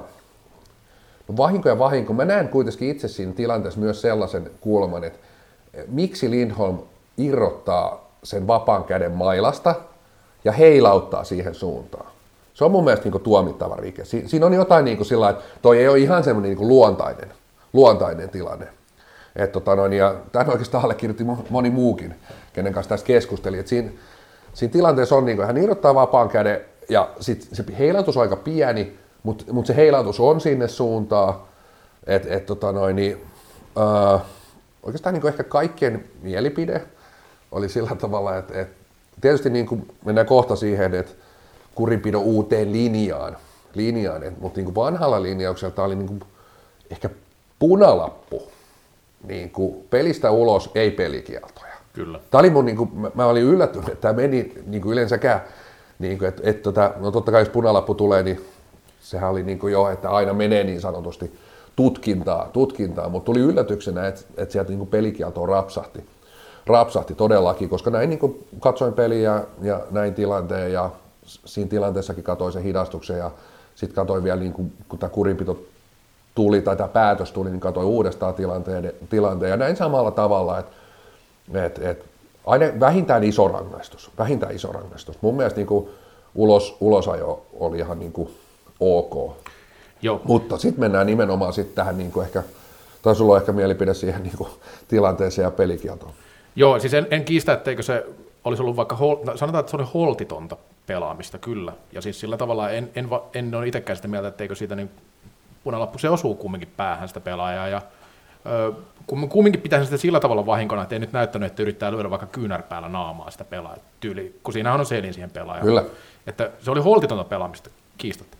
no vahinko ja vahinko. Mä näen kuitenkin itse siinä tilanteessa myös sellaisen kulman, että miksi Lindholm irrottaa sen vapaan käden mailasta ja heilauttaa siihen suuntaan. Se on mun mielestä niin kuin tuomittava rike. Si- siinä on jotain niin kuin sillä, että toi ei ole ihan semmoinen niin kuin luontainen, luontainen tilanne. Et tota noin, ja tämän oikeastaan allekirjoitti moni muukin, kenen kanssa tässä keskusteli. Et siinä, siinä tilanteessa on, niin kuin, hän irrottaa vapaan käden ja sit se heilautus on aika pieni, mutta mut se heilautus on sinne suuntaan. Et, et, tota noin, niin, äh, oikeastaan niin kuin ehkä kaikkien mielipide oli sillä tavalla, että et, tietysti niin kuin mennään kohta siihen, että kurinpidon uuteen linjaan, linjaan et, mutta niin kuin vanhalla linjauksella tämä oli niin kuin ehkä punalappu. Niin kuin pelistä ulos, ei pelikieltoja. Kyllä. Tämä oli mun, niin kuin, mä, mä olin yllättynyt, että tämä meni niin kuin yleensäkään, niin kuin, että, että, tota, no totta kai jos punalappu tulee, niin sehän oli niin kuin jo, että aina menee niin sanotusti tutkintaa, tutkintaa mutta tuli yllätyksenä, että, että sieltä niin kuin pelikieltoon rapsahti, rapsahti todellakin, koska näin niin kuin katsoin peliä ja näin tilanteen ja siinä tilanteessakin katsoin sen hidastuksen ja sitten katsoin vielä, niin kuin, kun tämä kurinpito tuli tai tämä päätös tuli, niin katsoin uudestaan tilanteen, tilanteen ja näin samalla tavalla, että et, et, aina vähintään iso rangaistus, vähintään iso rangaistus. Mun mielestä niin kuin ulos, ulosajo oli ihan niin kuin ok. Joo. Mutta sitten mennään nimenomaan sit tähän, niin kuin ehkä, tai sulla on ehkä mielipide siihen niin kuin tilanteeseen ja pelikieltoon. Joo, siis en, en kiistä, etteikö se olisi ollut vaikka, hol- sanotaan, että se oli holtitonta pelaamista, kyllä. Ja siis sillä tavalla en, en, en ole itsekään sitä mieltä, etteikö siitä niin punalappu, se osuu kumminkin päähän sitä pelaajaa, ja ö, kumminkin pitäisi sitä sillä tavalla vahinkona, että ei nyt näyttänyt, että yrittää lyödä vaikka kyynärpäällä naamaa sitä pelaajaa tyyli, kun siinähän on selin siihen pelaajalle. Kyllä. Että se oli holtitonta pelaamista, kiistatta.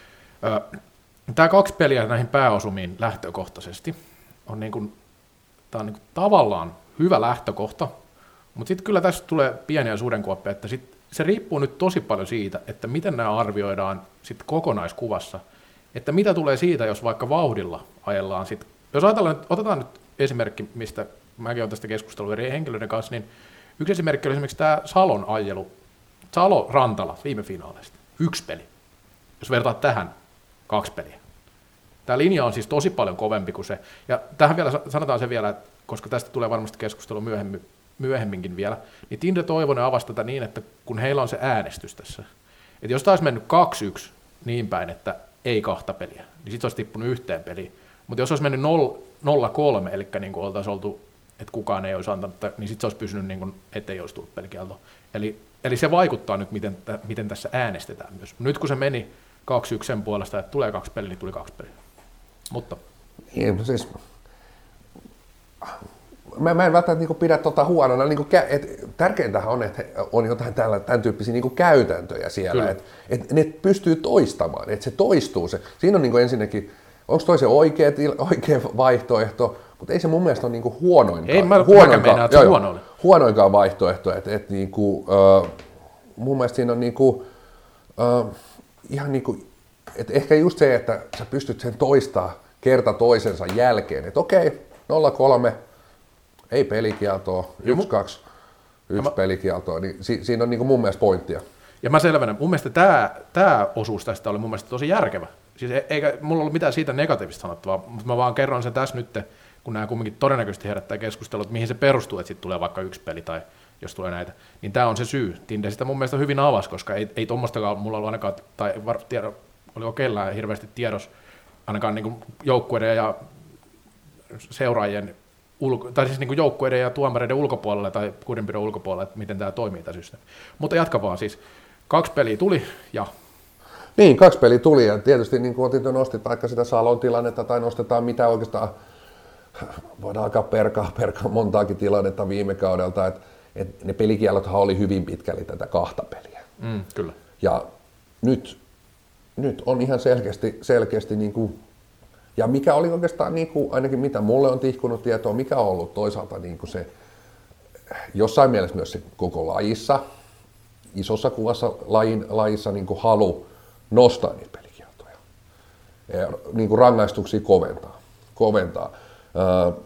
Tämä kaksi peliä näihin pääosumiin lähtökohtaisesti on, niin kuin, tämä on niin kuin tavallaan hyvä lähtökohta, mutta sitten kyllä tässä tulee pieniä sudenkuoppia, että sit se riippuu nyt tosi paljon siitä, että miten nämä arvioidaan sit kokonaiskuvassa, että mitä tulee siitä, jos vaikka vauhdilla ajellaan sitten. Jos ajatellaan, otetaan nyt esimerkki, mistä mäkin olen tästä keskustelua eri henkilöiden kanssa, niin yksi esimerkki oli esimerkiksi tämä Salon ajelu, Salo-Rantala viime finaaleista, yksi peli, jos vertaat tähän kaksi peliä. Tämä linja on siis tosi paljon kovempi kuin se, ja tähän vielä sanotaan se vielä, että koska tästä tulee varmasti keskustelu myöhemmin, myöhemminkin vielä, niin Tinde Toivonen avasi tätä niin, että kun heillä on se äänestys tässä, että jos taisi mennyt kaksi yksi niin päin, että ei kahta peliä, niin sitten olisi tippunut yhteen peliin. Mutta jos olisi mennyt nolla kolme, eli niin kuin oltaisiin oltu, että kukaan ei olisi antanut, niin sitten se olisi pysynyt niin kuin, ettei olisi tullut pelikielto. Eli, eli se vaikuttaa nyt, miten, miten tässä äänestetään myös. Nyt kun se meni kaksi yksi sen puolesta, että tulee kaksi peliä, niin tuli kaksi peliä. Mutta. Niin, siis, mä, mä en välttämättä niin pidä tuota huonona. Niin et, tärkeintähän on, että on jotain tällä, tämän tyyppisiä niin käytäntöjä siellä, että et ne pystyy toistamaan, että se toistuu. Se. Siinä on niin ensinnäkin, onko toi se oikea, oikea vaihtoehto, mutta ei se mun mielestä ole niin huonoinkaan, ei, mä, huonoinkaan, meinaa, joo, huono huonoinkaan vaihtoehto. Et, et, niin kuin, uh, mun mielestä siinä on niin kuin, uh, ihan niin kuin, et ehkä just se, että sä pystyt sen toistaa kerta toisensa jälkeen, että okei, nolla kolme, ei pelikieltoa, yksi kaksi, yksi mä... pelikieltoa, niin si- siinä on niin kuin mun mielestä pointtia. Ja mä selvennän, mun mielestä tämä, tämä osuus tästä oli mun mielestä tosi järkevä. Siis eikä mulla ollut mitään siitä negatiivista sanottavaa, mutta mä vaan kerron sen tässä nyt, kun nämä kumminkin todennäköisesti herättää keskustelua, että mihin se perustuu, että sitten tulee vaikka yksi peli tai jos tulee näitä, niin tämä on se syy. Tinde sitä mun mielestä hyvin avasi, koska ei, ei tuommoistakaan mulla ollut ainakaan, tai var, tiedo, oliko kellään hirveästi tiedos, ainakaan niin kuin joukkueiden ja seuraajien, ulko, tai siis niin kuin joukkueiden ja tuomareiden ulkopuolella tai kurinpidon ulkopuolella, että miten tämä toimii tämä systeemi. Mutta jatka vaan siis, kaksi peliä tuli ja... Niin, kaksi peliä tuli ja tietysti niin kuin otit jo nostit vaikka sitä Salon tilannetta tai nostetaan mitä oikeastaan, voidaan alkaa perkaa, perkaa montaakin tilannetta viime kaudelta, että et ne pelikielothan oli hyvin pitkälle tätä kahta peliä. Mm, kyllä. Ja nyt, nyt on ihan selkeästi, selkeästi niin kuin, ja mikä oli oikeastaan, niin kuin, ainakin mitä mulle on tihkunut tietoa, mikä on ollut toisaalta niin kuin se, jossain mielessä myös se koko lajissa, isossa kuvassa lajin, lajissa niin kuin halu nostaa niitä pelikieltoja, ja niin kuin rangaistuksia koventaa. koventaa.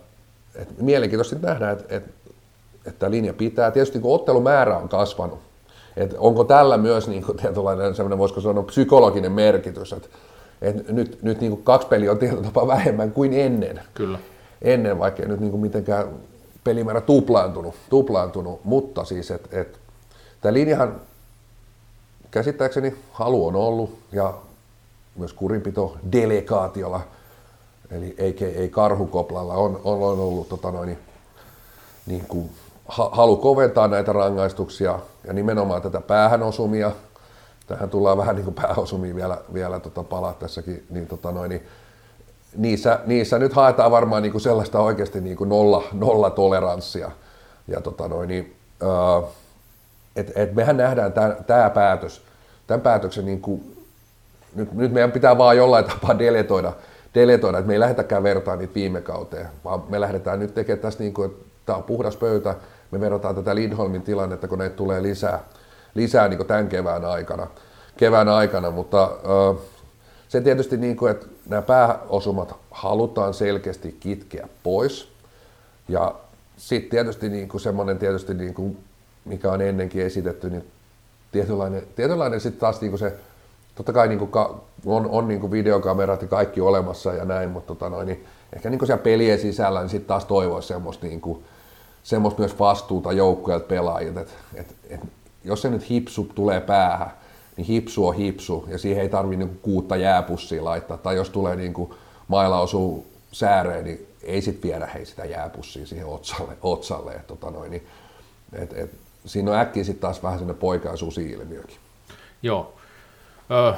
et mielenkiintoista nähdään, että et, et tämä linja pitää. Tietysti kun ottelumäärä on kasvanut, että onko tällä myös niin kuin tietynlainen sellainen, voisiko sanoa, psykologinen merkitys, että et nyt, nyt niin kuin kaksi peliä on tietyllä tapaa vähemmän kuin ennen. Kyllä. Ennen, vaikka ei nyt niin kuin mitenkään pelimäärä tuplaantunut, tuplaantunut mutta siis, että et, tämä linjahan käsittääkseni halu on ollut ja myös kurinpito delegaatiolla, eli ei, ei karhukoplalla on, on ollut tota noin, niin kuin halu koventaa näitä rangaistuksia ja nimenomaan tätä päähänosumia. Tähän tullaan vähän niin kuin pääosumia vielä, vielä tota palaa tässäkin, niin, tota noin, niin niissä, niissä nyt haetaan varmaan niin kuin sellaista oikeasti niin kuin nolla, nolla toleranssia. Ja tota noin, niin, uh, et, et mehän nähdään tämä päätös, tämän päätöksen, niin kuin, nyt, nyt meidän pitää vaan jollain tapaa deletoida, deletoida että me ei lähdetäkään vertaan niitä viime kauteen, vaan me lähdetään nyt tekemään tästä niin kuin, että tämä on puhdas pöytä, me verrataan tätä Lindholmin tilannetta, kun näitä tulee lisää, lisää niin kuin tämän kevään aikana, kevään aikana mutta uh, se tietysti, niin kuin, että nämä pääosumat halutaan selkeästi kitkeä pois ja sitten tietysti niin kuin semmoinen tietysti niin kuin, mikä on ennenkin esitetty, niin tietynlainen, tietynlainen sitten taas niin kuin se, totta kai niin kuin on, on niin kuin videokamerat ja kaikki olemassa ja näin, mutta tota noin, niin ehkä niin kuin siellä pelien sisällä niin sitten taas toivoisi semmoista, niin kuin, semmoista myös vastuuta joukkueelta pelaajilta, että et, et, jos se nyt hipsu tulee päähän, niin hipsu on hipsu ja siihen ei tarvitse niin kuin kuutta jääpussia laittaa, tai jos tulee niin kuin mailla osuu sääreen, niin ei sitten viedä hei sitä jääpussia siihen otsalle, otsalle et, tota noin, niin, et, et, siinä on äkkiä sitten taas vähän sellainen poikaisuusilmiökin. Joo. Öö,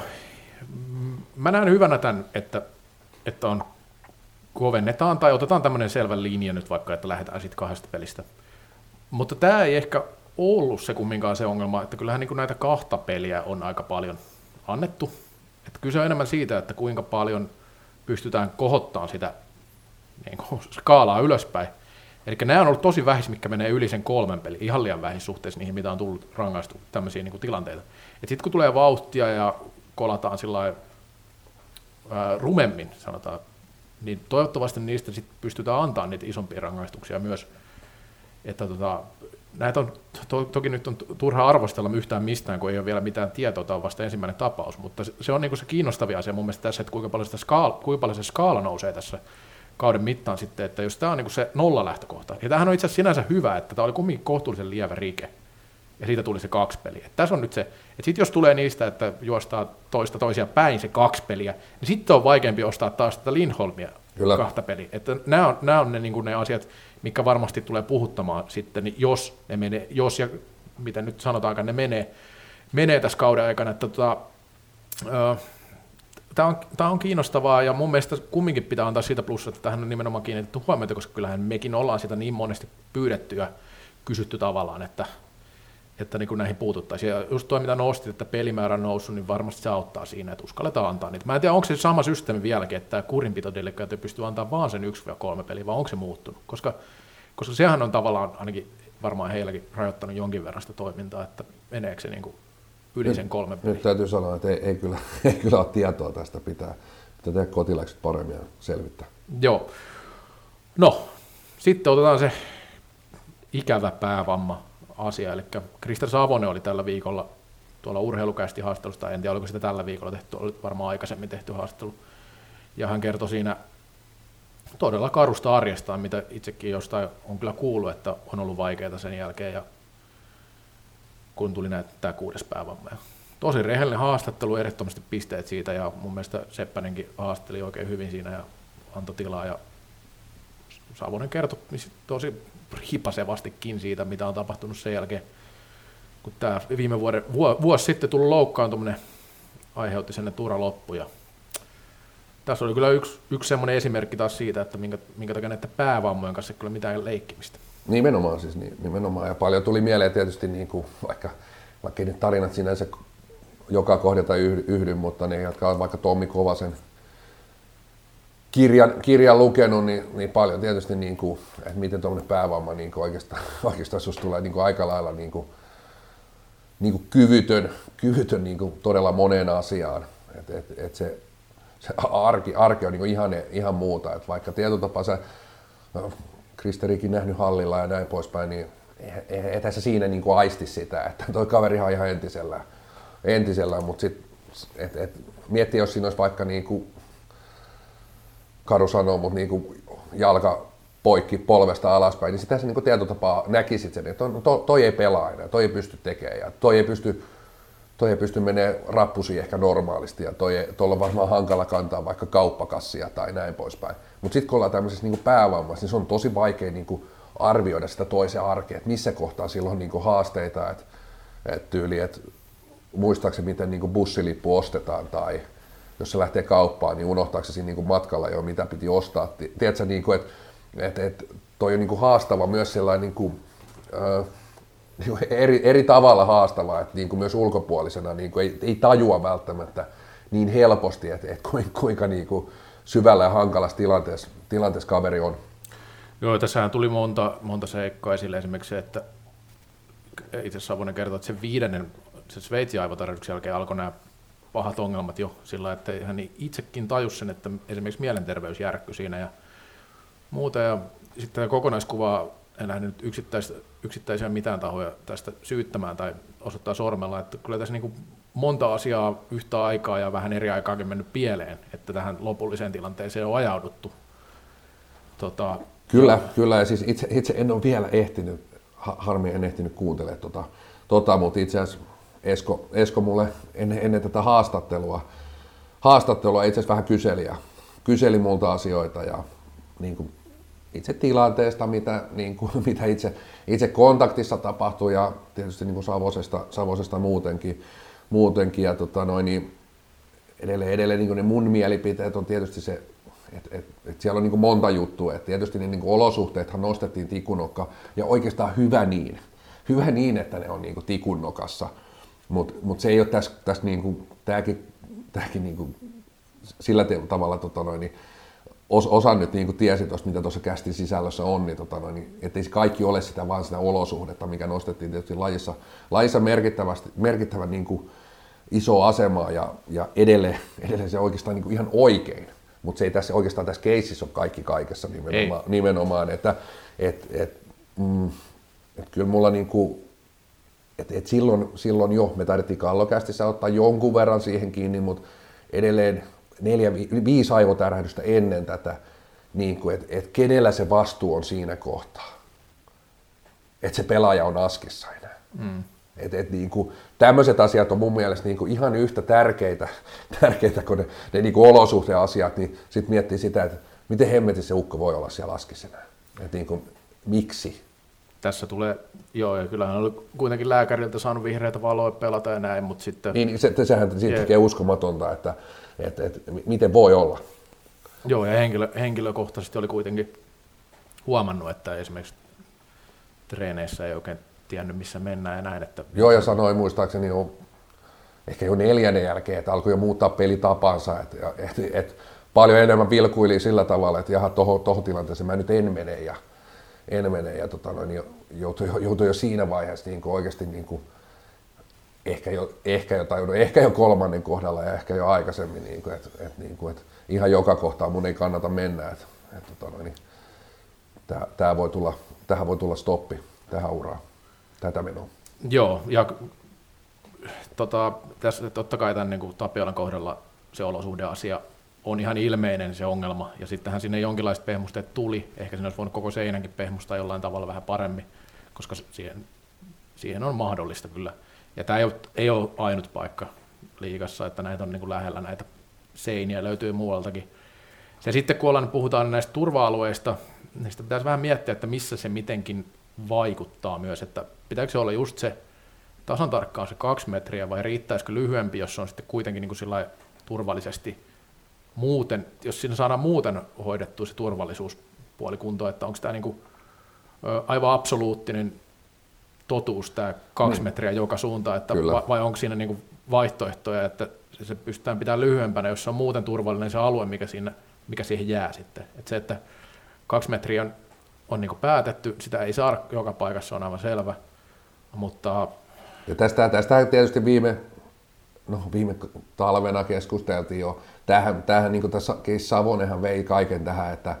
mä näen hyvänä tämän, että, että on kovennetaan tai otetaan tämmöinen selvä linja nyt vaikka, että lähdetään sitten kahdesta pelistä. Mutta tämä ei ehkä ollut se kumminkaan se ongelma, että kyllähän niin kuin näitä kahta peliä on aika paljon annettu. Että kyse on enemmän siitä, että kuinka paljon pystytään kohottamaan sitä niin kuin skaalaa ylöspäin. Eli nämä on ollut tosi vähis, mitkä menee yli sen kolmen pelin, ihan liian vähis suhteessa niihin, mitä on tullut rangaistu tämmöisiä niin kuin tilanteita. Sitten kun tulee vauhtia ja kolataan sillä rumemmin, sanotaan, niin toivottavasti niistä sit pystytään antamaan niitä isompia rangaistuksia myös. Että tota, näitä on, to, toki nyt on turha arvostella yhtään mistään, kun ei ole vielä mitään tietoa, tämä on vasta ensimmäinen tapaus, mutta se, se on niin kuin se kiinnostavia asia mun mielestä tässä, että kuinka paljon, sitä skaala, kuinka paljon se skaala nousee tässä kauden mittaan sitten, että jos tämä on niin kuin se nollalähtökohta, ja tämähän on itse asiassa sinänsä hyvä, että tämä oli kumminkin kohtuullisen lievä rike, ja siitä tuli se kaksi peliä. Että tässä on nyt se, että sitten jos tulee niistä, että juostaa toista toisia päin se kaksi peliä, niin sitten on vaikeampi ostaa taas tätä Lindholmia Kyllä. kahta peliä. Että nämä on, nämä on ne, niin kuin ne asiat, mitkä varmasti tulee puhuttamaan sitten, niin jos ne menee, jos ja miten nyt sanotaankaan, ne menee, menee tässä kauden aikana, että tota, ö, Tämä on, tämä on kiinnostavaa ja mun mielestä kumminkin pitää antaa siitä plussa, että tähän on nimenomaan kiinnitetty huomiota, koska kyllähän mekin ollaan sitä niin monesti pyydetty ja kysytty tavallaan, että, että niin kuin näihin puututtaisiin. Ja just tuo, mitä nostit, että pelimäärä on noussut, niin varmasti se auttaa siinä, että uskalletaan antaa niitä. Mä en tiedä, onko se sama systeemi vieläkin, että tämä kurinpitodelegaatio pystyy antaa vaan sen yksi kolme peliä, vai onko se muuttunut? Koska, koska sehän on tavallaan ainakin varmaan heilläkin rajoittanut jonkin verran sitä toimintaa, että meneekö se niin kuin yli sen kolme peliä. Nyt täytyy sanoa, että ei, ei, kyllä, ei kyllä ole tietoa tästä, pitää, pitää tehdä kotiläkset paremmin ja selvittää. Joo. No, sitten otetaan se ikävä päävamma-asia, eli Krister Savonen oli tällä viikolla tuolla urheilukästi haastattelusta, en tiedä oliko sitä tällä viikolla tehty, oli varmaan aikaisemmin tehty haastattelu, ja hän kertoi siinä todella karusta arjestaan, mitä itsekin jostain on kyllä kuullut, että on ollut vaikeaa sen jälkeen, ja kun tuli näitä, tämä kuudes päävamma. Tosi rehellinen haastattelu, ehdottomasti pisteet siitä, ja mun mielestä Seppänenkin haastatteli oikein hyvin siinä ja antoi tilaa, ja Savonen kertoi tosi hipasevastikin siitä, mitä on tapahtunut sen jälkeen, kun tämä viime vuoden, vuosi sitten tullut loukkaantuminen aiheutti sen, että ura loppui. Ja tässä oli kyllä yksi, yksi semmoinen esimerkki taas siitä, että minkä, minkä takia näiden päävammojen kanssa ei kyllä mitään leikkimistä. Nimenomaan siis, nimenomaan. Ja paljon tuli mieleen tietysti, niin kuin, vaikka, vaikka ei nyt tarinat sinänsä joka kohdalta yhdy, mutta ne, jotka on vaikka Tommi Kovasen kirjan, kirjan lukenut, niin, niin paljon tietysti, niin kuin, että miten tuollainen päävamma niin kuin oikeastaan, oikeastaan susta tulee niin kuin aika lailla niin kuin, niin kuin kyvytön, kyvytön niin kuin todella moneen asiaan. Et, et, et se, se arki, arki on niin kuin ihan, ihan muuta, että vaikka tietyllä tapaa se Kristerikin nähnyt hallilla ja näin poispäin, niin eihän se siinä niin kuin aisti sitä, että toi kaverihan on ihan entisellään, entisellään mutta sitten et, et, miettii, jos siinä olisi vaikka niin kuin Karu sanoo, mutta niin kuin jalka poikki polvesta alaspäin, niin sitä se niin kuin tietyllä tapaa näkisit sen, että to, toi ei pelaa enää, toi ei pysty tekemään ja toi ei pysty, toi ei pysty menemään rappusiin ehkä normaalisti ja toi ei, tuolla on varmaan hankala kantaa vaikka kauppakassia tai näin poispäin. Mutta sitten kun ollaan tämmöisessä niin kuin päävammassa, niin se on tosi vaikea niin kuin arvioida sitä toisen arkea, että missä kohtaa sillä on niin kuin haasteita, että, että tyyli, että muistaakseni miten niin kuin bussilippu ostetaan tai jos se lähtee kauppaan, niin unohtaako se siinä niin kuin matkalla jo mitä piti ostaa. Tiedätkö, niin kuin, että että et, toi on niin kuin haastava myös sellainen niin kuin, äh, eri, eri tavalla haastava, että niin kuin myös ulkopuolisena niin kuin ei, ei tajua välttämättä niin helposti, että, että kuinka niin kuin syvällä ja hankalassa tilanteessa, tilanteessa kaveri on. Joo, tässähän tuli monta, monta seikkoa esille, esimerkiksi se, että itse Savonen kertoi, että sen viidennen se Sveitsin aivotarjouksen jälkeen alkoi nämä pahat ongelmat jo sillä, että hän itsekin tajusi sen, että esimerkiksi mielenterveys järkkyi siinä ja muuta. Ja sitten kokonaiskuvaa en lähde nyt yksittäis, yksittäisiä mitään tahoja tästä syyttämään tai osoittaa sormella, että kyllä tässä niin kuin monta asiaa yhtä aikaa ja vähän eri aikaakin mennyt pieleen, että tähän lopulliseen tilanteeseen on ajauduttu. Tota, kyllä, kyllä, ja siis itse, itse en ole vielä ehtinyt, harmi en ehtinyt kuuntelemaan tota, tota mutta itse asiassa Esko, Esko mulle ennen, ennen tätä haastattelua, haastattelua itse asiassa vähän kyseli, ja kyseli multa asioita ja niin kuin itse tilanteesta, mitä, niin kuin, mitä itse, itse kontaktissa tapahtui ja tietysti niin kuin Savosesta, Savosesta muutenkin. muutenkin ja tota noin, niin edelleen, edelleen niin kuin ne mun mielipiteet on tietysti se, että et, et siellä on niin kuin monta juttua. Et tietysti ne niin kuin olosuhteethan nostettiin tikunnokka ja oikeastaan hyvä niin. Hyvä niin, että ne on niin kuin tikunnokassa. Mutta mut se ei ole tässä, tässä niin kuin, tämäkin, tämäkin niin kuin sillä tavalla tota noin, niin osa nyt niin kuin tiesi tuosta, mitä tuossa kästin sisällössä on, niin, tota noin, niin ettei se kaikki ole sitä vaan sitä olosuhdetta, mikä nostettiin tietysti lajissa, lajissa merkittävästi, merkittävän niin kuin iso asemaa ja, ja edelleen, edelleen se oikeastaan niin kuin ihan oikein, mutta se ei tässä oikeastaan tässä keississä ole kaikki kaikessa nimenomaan, nimenomaan että et, et, mm, et kyllä mulla niin kuin, et, et silloin, silloin jo me taidettiin Kallokästissä ottaa jonkun verran siihen kiinni, mutta edelleen neljä, viisi aivotärähdystä ennen tätä, niin kuin, että et kenellä se vastuu on siinä kohtaa, että se pelaaja on askissa enää. Mm. Et, et, niin kuin, tämmöiset asiat on mun mielestä niin kuin ihan yhtä tärkeitä, tärkeitä kuin ne, ne niin kuin olosuhdeasiat, niin sitten miettii sitä, että miten hemmetissä se ukko voi olla siellä askissa enää. Et, niin kuin, miksi? Tässä tulee, joo, ja kyllähän on kuitenkin lääkäriltä saanut vihreitä valoja pelata ja näin, mutta sitten... Niin, se, sehän siitä tekee uskomatonta, että et, et, miten voi olla. Joo, ja henkilö, henkilökohtaisesti oli kuitenkin huomannut, että esimerkiksi treeneissä ei oikein tiennyt, missä mennään ja näin. Että... Joo, ja sanoi muistaakseni jo, ehkä jo neljännen jälkeen, että alkoi jo muuttaa pelitapansa, että et, et, paljon enemmän vilkuili sillä tavalla, että jaha, tohon, tohon tilanteeseen mä nyt en mene, ja en mene, ja tota, noin, joutui, joutui jo siinä vaiheessa niin kuin oikeasti niin kuin, ehkä, jo, ehkä, jo tajunnut, ehkä jo kolmannen kohdalla ja ehkä jo aikaisemmin, niin kuin, että, että, niin kuin, että ihan joka kohtaa mun ei kannata mennä, että, että, tota, noin, tää, tää voi tulla, tähän voi tulla stoppi tähän uraan, tätä menoa. Joo, ja tota, tässä totta kai tämän niin kuin Tapiolan kohdalla se olosuhdeasia on ihan ilmeinen se ongelma, ja sittenhän sinne jonkinlaiset pehmusteet tuli, ehkä sinne olisi voinut koko seinänkin pehmustaa jollain tavalla vähän paremmin, koska siihen, siihen on mahdollista kyllä. Ja tämä ei ole, ei ole ainut paikka liigassa, että näitä on niin kuin lähellä näitä seiniä, löytyy muualtakin. Ja sitten kun ollaan, puhutaan näistä turva-alueista, niin sitä pitäisi vähän miettiä, että missä se mitenkin vaikuttaa myös, että pitääkö se olla just se tasan tarkkaan se kaksi metriä vai riittäisikö lyhyempi, jos se on sitten kuitenkin niin kuin sillä turvallisesti muuten, jos siinä saadaan muuten hoidettua se turvallisuuspuoli kuntoon, että onko tämä niin kuin aivan absoluuttinen totuus tämä kaksi mm. metriä joka suuntaan, että vai, vai onko siinä niin kuin vaihtoehtoja, että se pystytään pitämään lyhyempänä, jos se on muuten turvallinen se alue, mikä, siinä, mikä siihen jää sitten. Että se, että kaksi metriä on, on niin kuin päätetty, sitä ei saada joka paikassa, on aivan selvä, mutta... Ja tästä, tästä tietysti viime, no, viime talvena keskusteltiin jo. Tämähän, tämähän niin kuin tässä Savonenhan vei kaiken tähän, että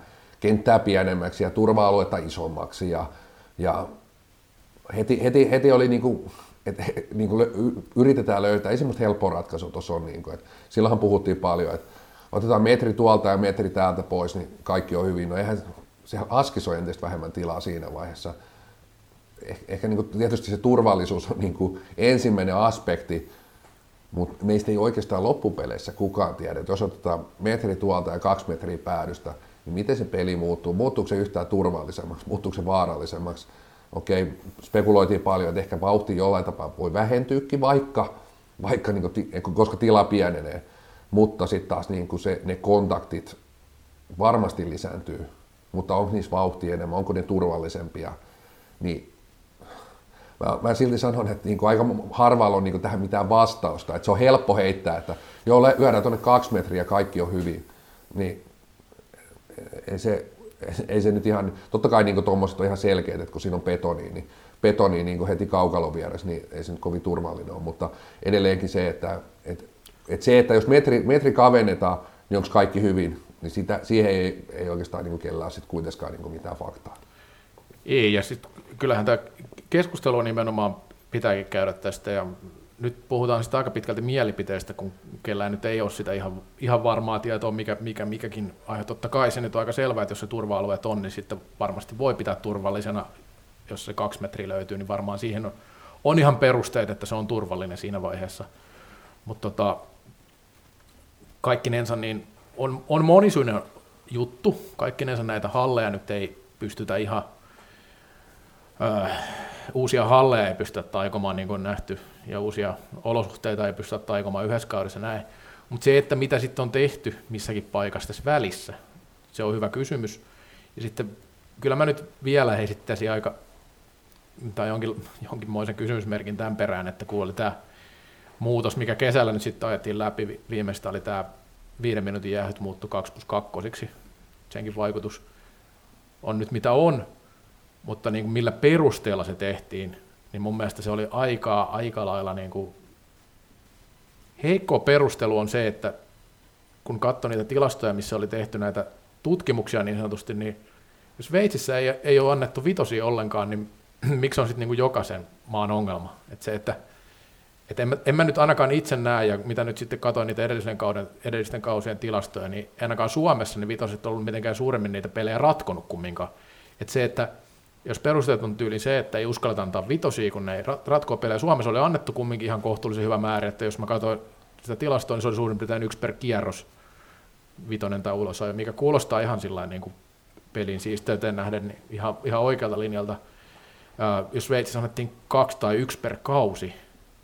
kenttää pienemmäksi ja turva-aluetta isommaksi ja, ja heti, heti, heti oli niinku, että niinku yritetään löytää, ei semmoista helppoa ratkaisua tuossa on, niinku, että silloinhan puhuttiin paljon, että otetaan metri tuolta ja metri täältä pois, niin kaikki on hyvin. No eihän se askis on entistä vähemmän tilaa siinä vaiheessa. Eh, ehkä niinku, tietysti se turvallisuus on niinku ensimmäinen aspekti, mutta meistä ei oikeastaan loppupeleissä kukaan tiedä, että jos otetaan metri tuolta ja kaksi metriä päädystä, niin miten se peli muuttuu? Muuttuuko se yhtään turvallisemmaksi? Muuttuuko se vaarallisemmaksi? Okei, spekuloitiin paljon, että ehkä vauhti jollain tapaa voi vähentyykin, vaikka, vaikka niin kuin, koska tila pienenee. Mutta sitten taas niin kuin se, ne kontaktit varmasti lisääntyy. Mutta onko niissä vauhtia enemmän, onko ne turvallisempia? Niin Mä, mä silti sanon, että niin kuin aika harvalla on niin kuin tähän mitään vastausta. Että se on helppo heittää, että joo, lyödään tuonne kaksi metriä ja kaikki on hyvin. Niin ei se, ei se nyt ihan, totta kai niin tuommoiset on ihan selkeät, että kun siinä on betoni, niin betoni niin heti kaukalon vieressä, niin ei se nyt kovin turvallinen ole. Mutta edelleenkin se, että, että, että, se, että jos metri, metri kavennetaan, niin onko kaikki hyvin, niin sitä, siihen ei, ei oikeastaan niin kellään sit kuitenkaan niin mitään faktaa. Ei, ja sitten kyllähän tämä keskustelu nimenomaan pitääkin käydä tästä, ja nyt puhutaan sitä aika pitkälti mielipiteestä, kun kellään nyt ei ole sitä ihan, ihan varmaa tietoa, mikä, mikä mikäkin aihe. Totta kai se nyt on aika selvää, että jos se turva-alueet on, niin sitten varmasti voi pitää turvallisena, jos se kaksi metriä löytyy, niin varmaan siihen on, on ihan perusteet, että se on turvallinen siinä vaiheessa. Mutta tota, kaikkinensa niin on, on monisyinen juttu, kaikkinensa näitä halleja nyt ei pystytä ihan Öö, uusia halleja ei pystytä taikomaan, niin kuin on nähty, ja uusia olosuhteita ei pystytä taikomaan yhdessä kaudessa näin. Mutta se, että mitä sitten on tehty missäkin paikassa tässä välissä, se on hyvä kysymys. Ja sitten kyllä mä nyt vielä esittäisin aika, tai jonkin, jonkinmoisen kysymysmerkin tämän perään, että kun oli tämä muutos, mikä kesällä nyt sitten ajettiin läpi, viimeistä oli tämä viiden minuutin jäähyt muuttu kaksi plus kaksi, senkin vaikutus on nyt mitä on. Mutta niin kuin millä perusteella se tehtiin, niin mun mielestä se oli aika, aika lailla niin kuin heikko perustelu on se, että kun katsoi niitä tilastoja, missä oli tehty näitä tutkimuksia niin sanotusti, niin jos Sveitsissä ei, ei ole annettu vitosia ollenkaan, niin miksi on sitten niin kuin jokaisen maan ongelma? Että se, että, että en, mä, en mä nyt ainakaan itse näe, ja mitä nyt sitten katsoin niitä edellisen kauden, edellisten kausien tilastoja, niin ainakaan Suomessa ne vitoset on ollut mitenkään suuremmin niitä pelejä ratkonut kumminkaan. Että se, että jos perusteet on tyyli se, että ei uskalleta antaa vitosia, kun ne ei ratkoa pelejä. Suomessa oli annettu kumminkin ihan kohtuullisen hyvä määrä, että jos mä katsoin sitä tilastoa, niin se oli suurin piirtein yksi per kierros vitonen tai ulos, mikä kuulostaa ihan sillain niin kuin pelin siisteyteen nähden niin ihan, ihan oikealta linjalta. Ää, jos Sveitsissä annettiin kaksi tai yksi per kausi,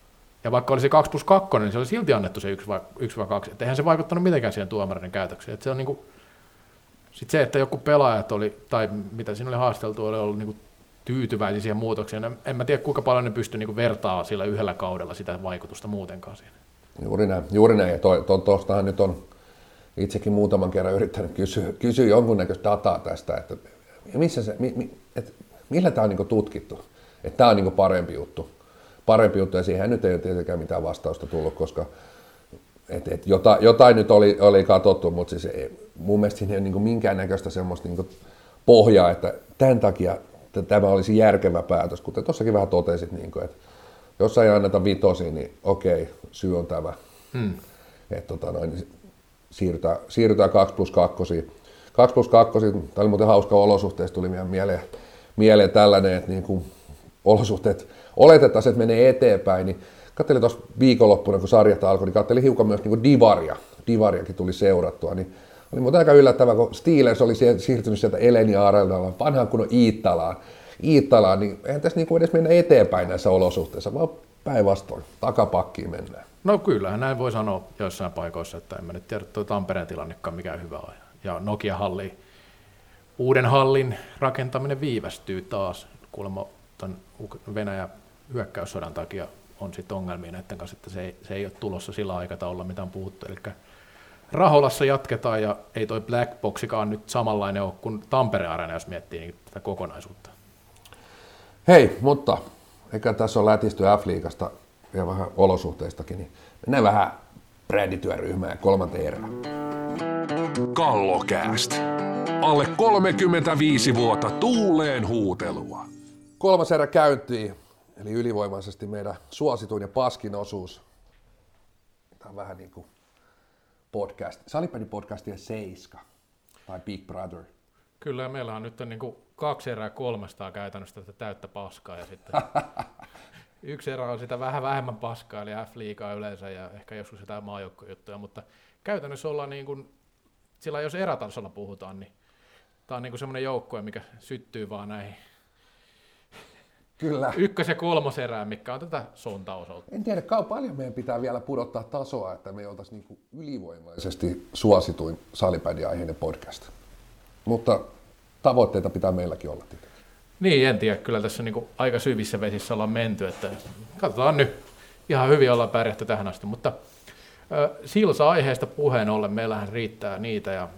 ja vaikka oli se kaksi plus kaksi, niin se oli silti annettu se yksi vai kaksi, että eihän se vaikuttanut mitenkään siihen tuomarin käytökseen. Että se on niin kuin sitten se, että joku pelaajat oli, tai mitä siinä oli haasteltu, oli ollut niinku tyytyväisiä siihen muutokseen. En mä tiedä, kuinka paljon ne pystyi niinku vertaamaan sillä yhdellä kaudella sitä vaikutusta muutenkaan siihen. Juuri näin, juuri näin. Ja tuostahan nyt on itsekin muutaman kerran yrittänyt kysyä, kysyä jonkunnäköistä dataa tästä, että, missä se, mi, mi, että millä tämä on niinku tutkittu, että tämä on niinku parempi juttu. Parempi juttu, ja siihen nyt ei ole tietenkään mitään vastausta tullut, koska Et, et jotain, jotain nyt oli, oli katsottu, mutta siis ei, mun mielestä siinä ei ole niin minkäännäköistä semmoista niin pohjaa, että tämän takia tämä olisi järkevä päätös, kuten tuossakin vähän totesit, niin kuin, että jos ei anneta vitosia, niin okei, syy on tämä. Hmm. Että tota noin, siirrytään, siirrytään kaksi plus kaksi. kaksi plus kaksi, tämä oli muuten hauska olosuhteista, tuli mieleen, mieleen tällainen, että niin kuin olosuhteet oletetaan, että menee eteenpäin, niin katselin tuossa viikonloppuna, kun sarjat alkoi, niin katselin hiukan myös niin kuin Divaria. Divariakin tuli seurattua. Niin oli muuten aika yllättävää, kun Steelers oli siirtynyt sieltä Eleni Arenalaan, vanhaan kunnon Iittalaan. Iittalaan, niin eihän tässä niin kuin edes mennä eteenpäin näissä olosuhteissa, vaan päinvastoin, takapakkiin mennään. No kyllähän näin voi sanoa joissain paikoissa, että en mä nyt tiedä tuo Tampereen tilannekaan mikään hyvä on. Ja Nokia-halli, uuden hallin rakentaminen viivästyy taas, kuulemma tämän Venäjän hyökkäyssodan takia on sitten ongelmia näiden kanssa, että se ei, se ei ole tulossa sillä aikataululla, mitä on puhuttu. Eli Raholassa jatketaan, ja ei toi Black Boxikaan nyt samanlainen ole kuin Tampereen Areena, jos miettii niin tätä kokonaisuutta. Hei, mutta eikä tässä on lätisty F-liigasta ja vähän olosuhteistakin, niin mennään vähän brändityöryhmään kolmanteen erään. Kallokääst. Alle kolmekymmentäviisi vuotta tuuleen huutelua. Kolmas erä käyntiin, eli ylivoimaisesti meidän suosituin ja paskin osuus. Tämä on vähän niin kuin podcast, salibändipodcastien seiska tai Big Brother. Kyllä, ja meillä on nyt niin kuin kaksi erää kolmesta käytännössä tätä täyttä paskaa, ja sitten yksi erä on sitä vähän vähemmän paskaa, eli F-liigaa yleensä, ja ehkä joskus sitä maajoukko-juttuja, mutta käytännössä ollaan niin kuin, sillä jos erätasolla puhutaan, niin tämä on niin kuin semmoinen joukkue, mikä syttyy vaan näihin Kyllä. ykkös- ja kolmoserään, mikä on tätä sontaosuutta. En tiedä, kauan paljon meidän pitää vielä pudottaa tasoa, että me oltaisiin niin kuin ylivoimaisesti suosituin salibändiaiheinen podcast. Mutta tavoitteita pitää meilläkin olla tietenkin. Niin, en tiedä. Kyllä tässä niin kuin aika syvissä vesissä ollaan menty. Että katsotaan nyt. Ihan hyvin ollaan pärjätty tähän asti. Mutta äh, Silsa-aiheesta puheen ollen meillähän riittää niitä. Ja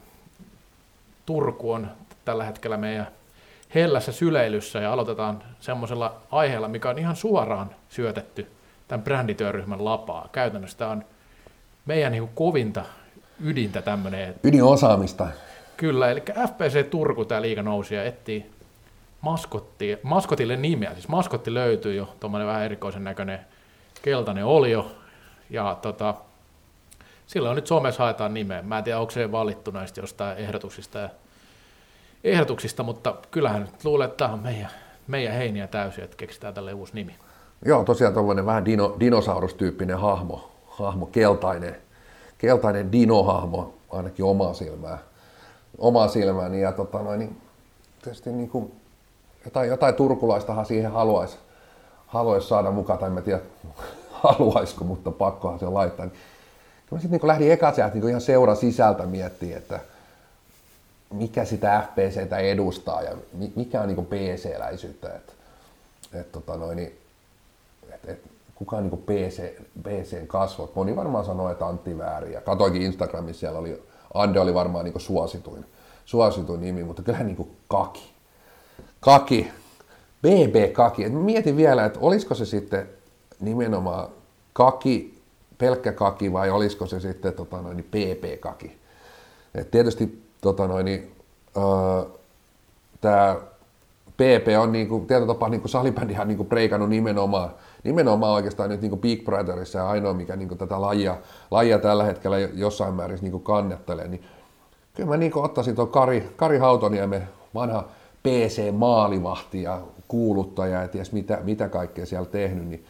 Turku on tällä hetkellä meidän hellässä syleilyssä. Ja aloitetaan semmoisella aiheella, mikä on ihan suoraan syötetty tämän brändityöryhmän lapaa. Käytännössä tämä on meidän niin kuin kovinta ydintä tämmöinen. Ydinosaamista. Kyllä, eli F P C Turku tämä liiga nousi ja etsii maskotti, maskotille nimeä. Siis maskotti löytyy jo, tuommoinen vähän erikoisen näköinen keltainen olio. Ja tota, silloin nyt somessa haetaan nimeä. Mä en tiedä, onko se valittu näistä jostain ehdotuksista, ja ehdotuksista, mutta kyllähän nyt luulen, että tämä on meidän, meidän heiniä täysin, että keksitään tälle uusi nimi. Joo, tosiaan tuommoinen vähän dino, dinosaurustyyppinen hahmo, hahmo keltainen, keltainen dinohahmo, ainakin omaa silmää. omaa silmääni ja tota noin, niin tietysti niin kuin jotain, jotain turkulaistahan siihen haluaisi haluais saada mukaan, tai en tiedä haluaisiko, mutta pakkohan se laittaa. Niin, kyllä mä sitten niin lähdin eka sieltä niin ihan seuran sisältä miettimään, että mikä sitä F P C:tä edustaa ja mikä on niin P C-läisyyttä. Että, et, tota noin, niin, et, et, kuka on niin P C, P C:n kasvot? Moni varmaan sanoi, että Antti Vääri, ja katoinkin Instagramissa, siellä oli Ande oli varmaan niin suosituin, suosituin nimi, mutta kyllähän niin Kaki. Kaki, B B Kaki. Et mietin vielä, että olisiko se sitten nimenomaan Kaki, pelkkä Kaki, vai olisiko se sitten tota noin, P P Kaki. Et tietysti tota noin, äh, tämä P P on niin kuin, tietyllä tapaa niin salibändihan niin breikannut nimenomaan, nimenomaan oikeastaan nyt niin Big Brotherissa ja ainoa, mikä niin tätä lajia, lajia tällä hetkellä jossain määrin niin kannattelee, niin kyllä mä niin ottaisin tuon Kari, Kari Hautoniemen, vanha P C-maalivahti ja kuuluttaja ja ties mitä, mitä kaikkea siellä tehnyt, niin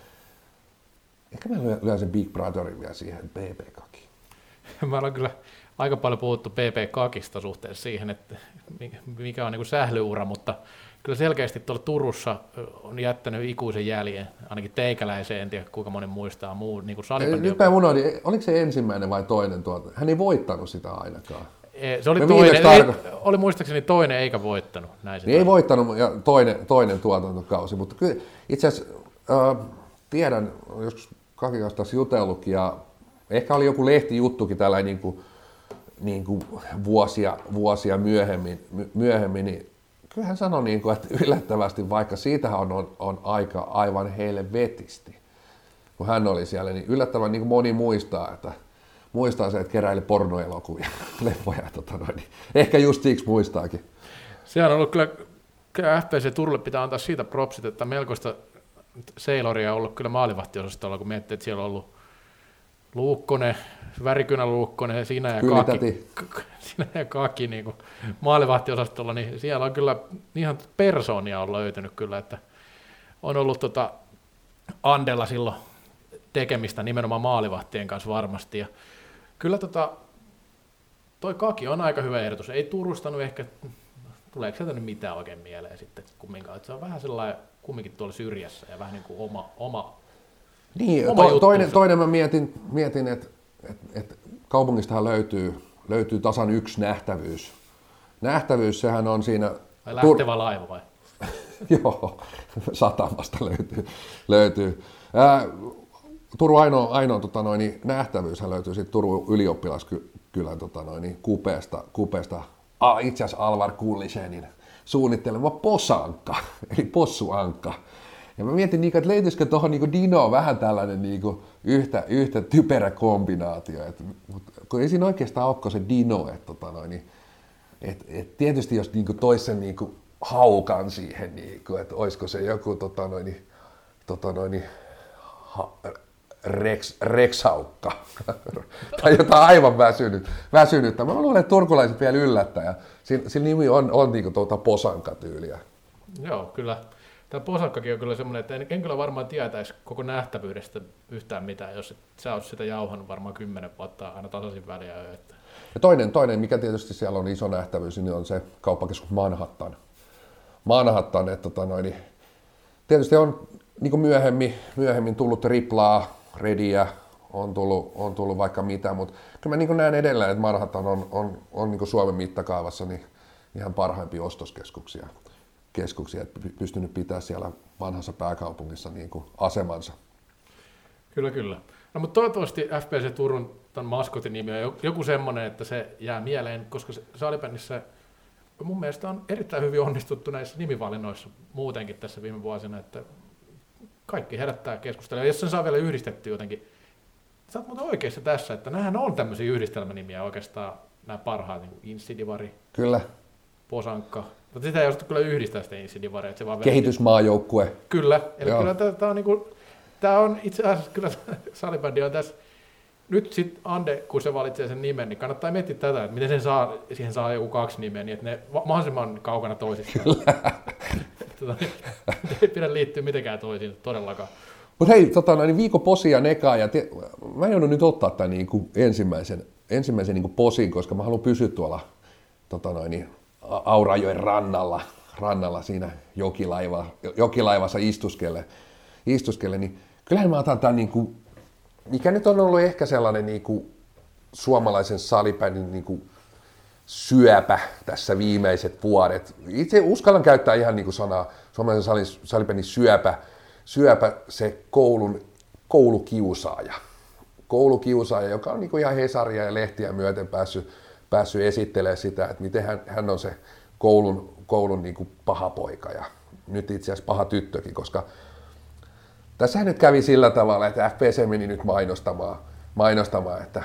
ehkä mä lyön sen Big Brotherin vielä siihen P P-kakiin. Mä olen kyllä aika paljon puhuttu P P-kakista suhteessa siihen, että mikä on niin kuin sählyura, mutta kyllä selkeästi tuolla Turussa on jättänyt ikuisen jäljen, ainakin teikäläiseen, en tiedä kuinka moni muistaa muu niin kuin salibändi. Nyt mä unohdin, oliko se ensimmäinen vai toinen tuota? Hän ei voittanut sitä ainakaan. Se oli, toinen, ei, oli muistaakseni toinen eikä voittanut. Näin niin ei voittanut ja toinen, toinen tuotantokausi, mutta kyllä itse asiassa äh, tiedän, joskus Kakin kanssa jutellutkin ja ehkä oli joku lehtijuttukin tällainen niin kuin, niin kuin vuosia, vuosia myöhemmin, myöhemmin niin kyllä hän sanoi, niin kuin, että yllättävästi, vaikka siitähän on, on, on aika aivan helvetisti, kun hän oli siellä, niin yllättävän niin kuin moni muistaa, että muistaa se, että keräili pornoelokuvia, leffoja, tota noin, niin ehkä just siksi muistaakin. Se on ollut kyllä, kyllä F P C Turulle pitää antaa siitä propsit, että melkoista seiloria on ollut kyllä maalivahtiosastolla, kun miettii, että siellä on ollut Luukkonen, Värikynä Luukkonen, sinä ja Kaki, sinä ja Kaki niin kuin maalivahtiosastolla, niin siellä on kyllä ihan persoonia on löytynyt kyllä, että on ollut tota Andella silloin tekemistä nimenomaan maalivahtien kanssa varmasti. Ja kyllä tota, toi Kaki on aika hyvä ehdotus. Ei Turustanut ehkä, tuleeko sieltä nyt mitään oikein mieleen sitten kumminkaan. Että se on vähän sellainen kumminkin tuolla syrjässä ja vähän niin kuin oma, oma, niin, oma to, toinen, toinen mä mietin, mietin että et, et kaupungistahan löytyy, löytyy tasan yksi nähtävyys. Nähtävyys, sehän on siinä... Vai lähtevä Tur- laiva vai? Joo, satamasta löytyy. löytyy. Ää, Turun ainoa, ainoa tota noin, nähtävyyshän löytyy sitten Turun ylioppilaskylän tota noin, kupeesta, kupeesta. Ah, itse asiassa Alvar Kullisenin suunnittelema Posankka, eli possuankka. Ja mä mietin, että löytyisikö tuohon niin Dinoon vähän tällainen niin yhtä, yhtä typerä kombinaatio. Et, mutta kun ei siinä oikeastaan olekaan se Dino, että tota noin, niin et, et tietysti jos niinku tois sen niinku haukan siihen, niinku, että olisiko se joku tota noin, tota noin, ha, Rex, Rex-haukka tai jotain aivan väsynyt, väsynyttä. Mä luulen, että turkulaiset vielä yllättää ja sillä, sillä nimi on, on niinku tuota posanka-tyyliä. Joo, kyllä. Tämä posakkakin on kyllä semmoinen, että en, en kyllä varmaan tietäisi koko nähtävyydestä yhtään mitään, jos et, sä oot sitä jauhannut varmaan kymmenen vuotta aina tasaisin väliä. Että... Ja toinen, toinen, mikä tietysti siellä on iso nähtävyys, niin on se kauppakeskus Manhattan. Manhattan, että tota noin, tietysti on niin kuin myöhemmin, myöhemmin tullut Triplaa, Rediä, on tullut, on tullut vaikka mitä, mutta kyllä mä niin kuin näen edelleen, että Manhattan on, on, on niin kuin Suomen mittakaavassa niin ihan parhaimpia ostoskeskuksia. Keskuksia, että pystynyt pitämään siellä vanhassa pääkaupungissa niin kuin asemansa. Kyllä, kyllä. No mutta toivottavasti F P C Turun tämän maskotin nimi on joku semmoinen, että se jää mieleen, koska salibändissä mun mielestä on erittäin hyvin onnistuttu näissä nimivalinnoissa muutenkin tässä viime vuosina, että kaikki herättää keskustelua. Ja jos sen saa vielä yhdistetty jotenkin, sä oot muuten oikeassa tässä, että nämähän on tämmöisiä yhdistelmänimiä oikeastaan, nämä parhaat, niin kuin Insidivari, Kyllä. Posankka. Mutta sitä ei osattu kyllä yhdistää sitä Insidivaria. Se vaan Kehitysmaajoukkue. Kyllä, eli Joo. kyllä tämä on, niinku, tää on itse asiassa, kyllä salibändi on tässä, nyt sitten Ande, kun se valitsee sen nimen, niin kannattaa miettiä tätä, että miten sen saa, siihen saa joku kaksi nimeä, niin että ne mahdollisimman kaukana toisistaan. tota, ei pidä liittyä mitenkään toisiin todellakaan. Mutta hei, tota, niin viikon posia nekaa, ja te, mä joudun nyt ottaa tämän niin kuin ensimmäisen, ensimmäisen niin kuin posin, koska mä haluan pysyä tuolla tota noin, Aurajoen rannalla, rannalla siinä jokilaiva, jokilaivassa istuskelle, istuskelle, niin kyllähän mä otan tämän, niin kuin, mikä nyt on ollut ehkä sellainen niin kuin suomalaisen salibändin niin kuin syöpä tässä viimeiset vuodet. Itse uskallan käyttää ihan niin kuin sanaa suomalaisen salibändin syöpä, syöpä se koulun, koulukiusaaja. Koulukiusaaja, joka on niin kuin ihan Hesaria ja lehtiä myöten päässyt, päässyt esittelemään sitä, että miten hän, hän on se koulun, koulun niin kuin paha poika ja nyt itse asiassa paha tyttökin, koska tässä nyt kävi sillä tavalla, että F P C meni nyt mainostamaan, mainostamaan, että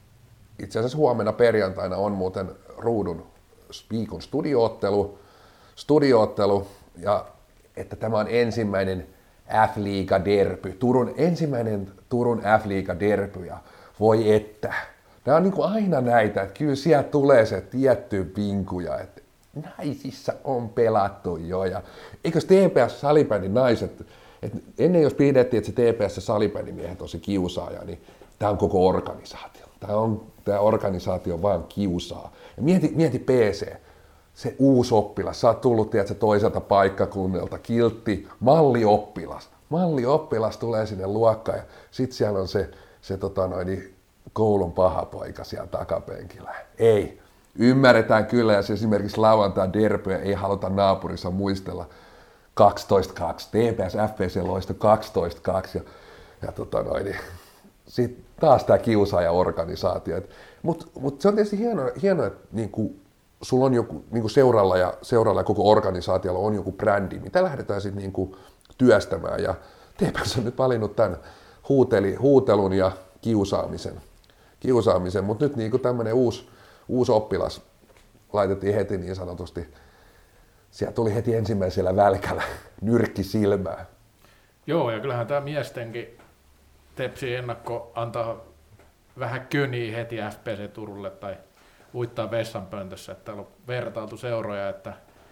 itse asiassa huomenna perjantaina on muuten Ruudun viikon studioottelu, studioottelu ja että tämä on ensimmäinen F-liiga derby, Turun, ensimmäinen Turun F-liiga derby ja voi että. Nämä on niin kuin aina näitä, että kyllä sieltä tulee se tietty vinkuja, että naisissa on pelattu jo. Ja eikös T P S-salibändin naiset, että ennen jos pidettiin, että se T P S-salibändin miehet on se kiusaaja, niin tämä on koko organisaatio. Tämä, on, tämä organisaatio vaan kiusaa. Ja mieti, mieti P C, se uusi oppilas, sä oot tullut tiedätkö, toiselta paikkakunnalta, kiltti, mallioppilas. Mallioppilas tulee sinne luokkaan ja sit siellä on se, se tota noin, koulun paha poika siellä takapenkillä. Ei. Ymmärretään kyllä, jos esimerkiksi lauantain derbyä ei haluta naapurissa muistella kaksitoista kaksi. T P S F P C loisto kaksitoista kaksi. Ja, ja tota noin, sitten taas tämä kiusaaja-organisaatio. Mutta mut se on tietysti hienoa, hieno, että niinku, sulla on joku niinku seuralla, ja, seuralla ja koko organisaatiolla on joku brändi, mitä lähdetään sitten niinku työstämään. Ja T P S on nyt valinnut tämän huuteli, huutelun ja kiusaamisen. kiusaamisen. Mutta nyt niinku tämmöinen uusi, uusi oppilas laitettiin heti niin sanotusti. Siellä tuli heti ensimmäisellä välkällä nyrkki silmään. Joo, ja kyllähän tämä miestenkin Tepsi ennakko antaa vähän kyniä heti F P C Turulle tai uittaa vessanpöntössä, että täällä on vertailtu seuroja, että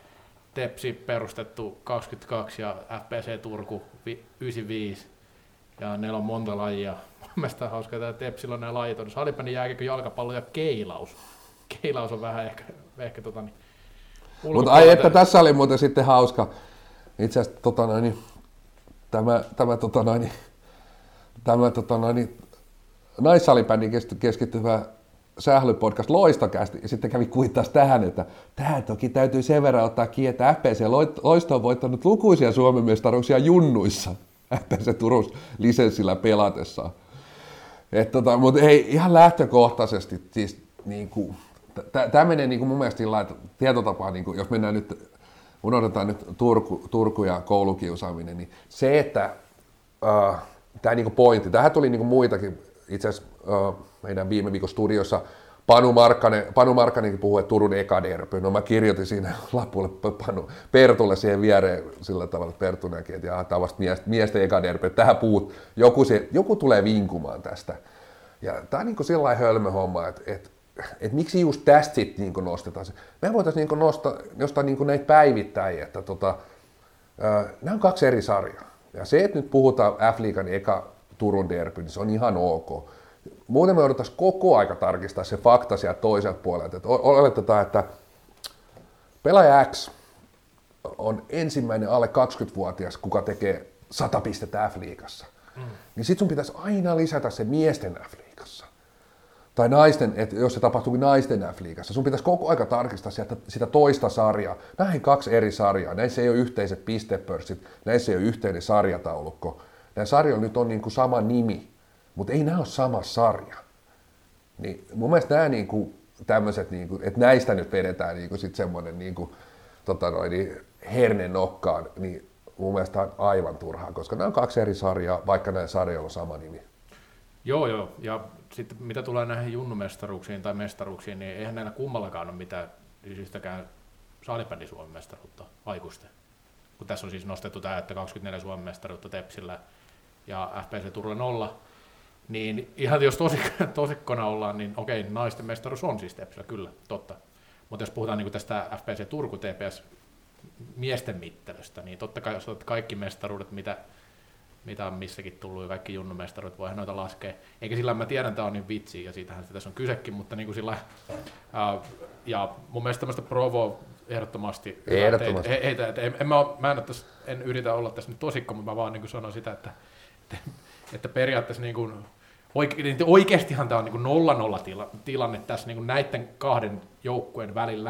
Tepsi perustettu kaksikymmentäkaksi ja F P C Turku yhdeksänkymmentäviisi ja neillä on monta lajia. Mun mielestä on hauskaa, että Tepsillä on nämä lajit on salibändi, jääkiekko, jalkapallo ja keilaus. Keilaus on vähän ehkä, ehkä tota niin, mutta ai että tässä oli muuten sitten hauska. Itse asiassa tota noin, tämä, tämä, tota noin, tämä tota noin, naissalibändin keskittyvä sählypodcast Loistokästi, ja sitten kävi kuittaas tähän, että tähän toki täytyy sen verran ottaa kiinni, että F P C Loisto on voittanut lukuisia Suomen mestaruuksia junnuissa F P C Turun lisenssillä pelatessaan. Tota, mutta ei ihan lähtökohtaisesti, siis niin kuin, tämä menee niin kuin mun mielestä sillä tietotapaa, niin kuin, jos mennään nyt, unohdetaan nyt Turku, Turku ja koulukiusaaminen, niin se, että uh, tämä niin kuin pointti, tähän tuli niin kuin muitakin, itse asiassa uh, meidän viime viikon studiossa Panu, Markkanen, Panu Markkanenkin puhui, että Turun eka derby. No mä kirjoitin siinä lapulle Panu, Pertulle siihen viereen sillä tavalla, että Pertu näki, että jaa, tämä on vasta miesten, miesten eka derby. Tähän puhut, joku, se, joku tulee vinkumaan tästä. Ja tää on niin kuin sellainen hölmö homma, että, että, että miksi just tästä sitten niin kuin nostetaan se. Me voitaisiin niin nostaa, nostaa niin kuin näitä päivittäin, että tota, nämä on kaksi eri sarjaa. Ja se, että nyt puhutaan F-liigan eka Turun derby, niin se on ihan ok. Muuten me odottaisiin koko aika tarkistaa se fakta sieltä toiselta puolelta. Että oletetaan, että pelaaja X on ensimmäinen alle kaksikymmentävuotias, kuka tekee sata pistettä F-liigassa. Mm. Niin sit sun pitäisi aina lisätä se miesten F-liigassa. Tai naisten, että jos se tapahtuu naisten F-liigassa, sun pitäisi koko aika tarkistaa sieltä, sitä toista sarjaa. Näihin kaksi eri sarjaa. Näissä ei ole yhteiset pistepörssit, näissä ei ole yhteinen sarjataulukko. Nämä sarjoilla nyt on niin kuin sama nimi, mutta ei nämä ole sama sarja. Niin mun mielestä nämä niin kuin, tämmöiset, niin kuin, että näistä nyt vedetään niin kuin sit semmoinen niin kuin, tota noin, niin herne nokkaan, niin mun mielestä on aivan turhaa, koska nämä on kaksi eri sarjaa, vaikka näillä sarjoilla on sama nimi. Joo, joo. Ja sitten mitä tulee näihin junnumestaruuksiin tai mestaruuksiin, niin eihän näillä kummallakaan ole mitään yhtäkään salibändin Suomen mestaruutta aikuisten. Kun tässä on siis nostettu tämä, että kaksikymmentäneljä Suomen mestaruutta Tepsillä ja F P C Turulla nolla, niin ihan jos tosik- tosikkona ollaan, niin okei, naisten mestaruus on siis Tepsillä, kyllä, totta. Mutta jos puhutaan niin tästä F P C Turku T P S miesten mittelystä, niin totta kai jos otat kaikki mestaruudet, mitä, mitä on missäkin tullut, ja kaikki junnumestaruudet, voihan noita laskea. Eikä sillä mä tiedän, että tämä on niin vitsi, ja siitähän tässä on kysekin, mutta niin kuin sillä, ää, ja mun mielestä tämmöistä provo ehdottomasti. Ehdottomasti. Heitä, heitä, että en, en, mä, mä en, tässä, en yritä olla tässä nyt tosikko, mutta mä vaan niin kuin sanon sitä, että, että, että periaatteessa niin kuin, oike, oikeastihan tämä on niin nolla nolla tila, tilanne tässä niin kuin näiden kahden joukkueen välillä.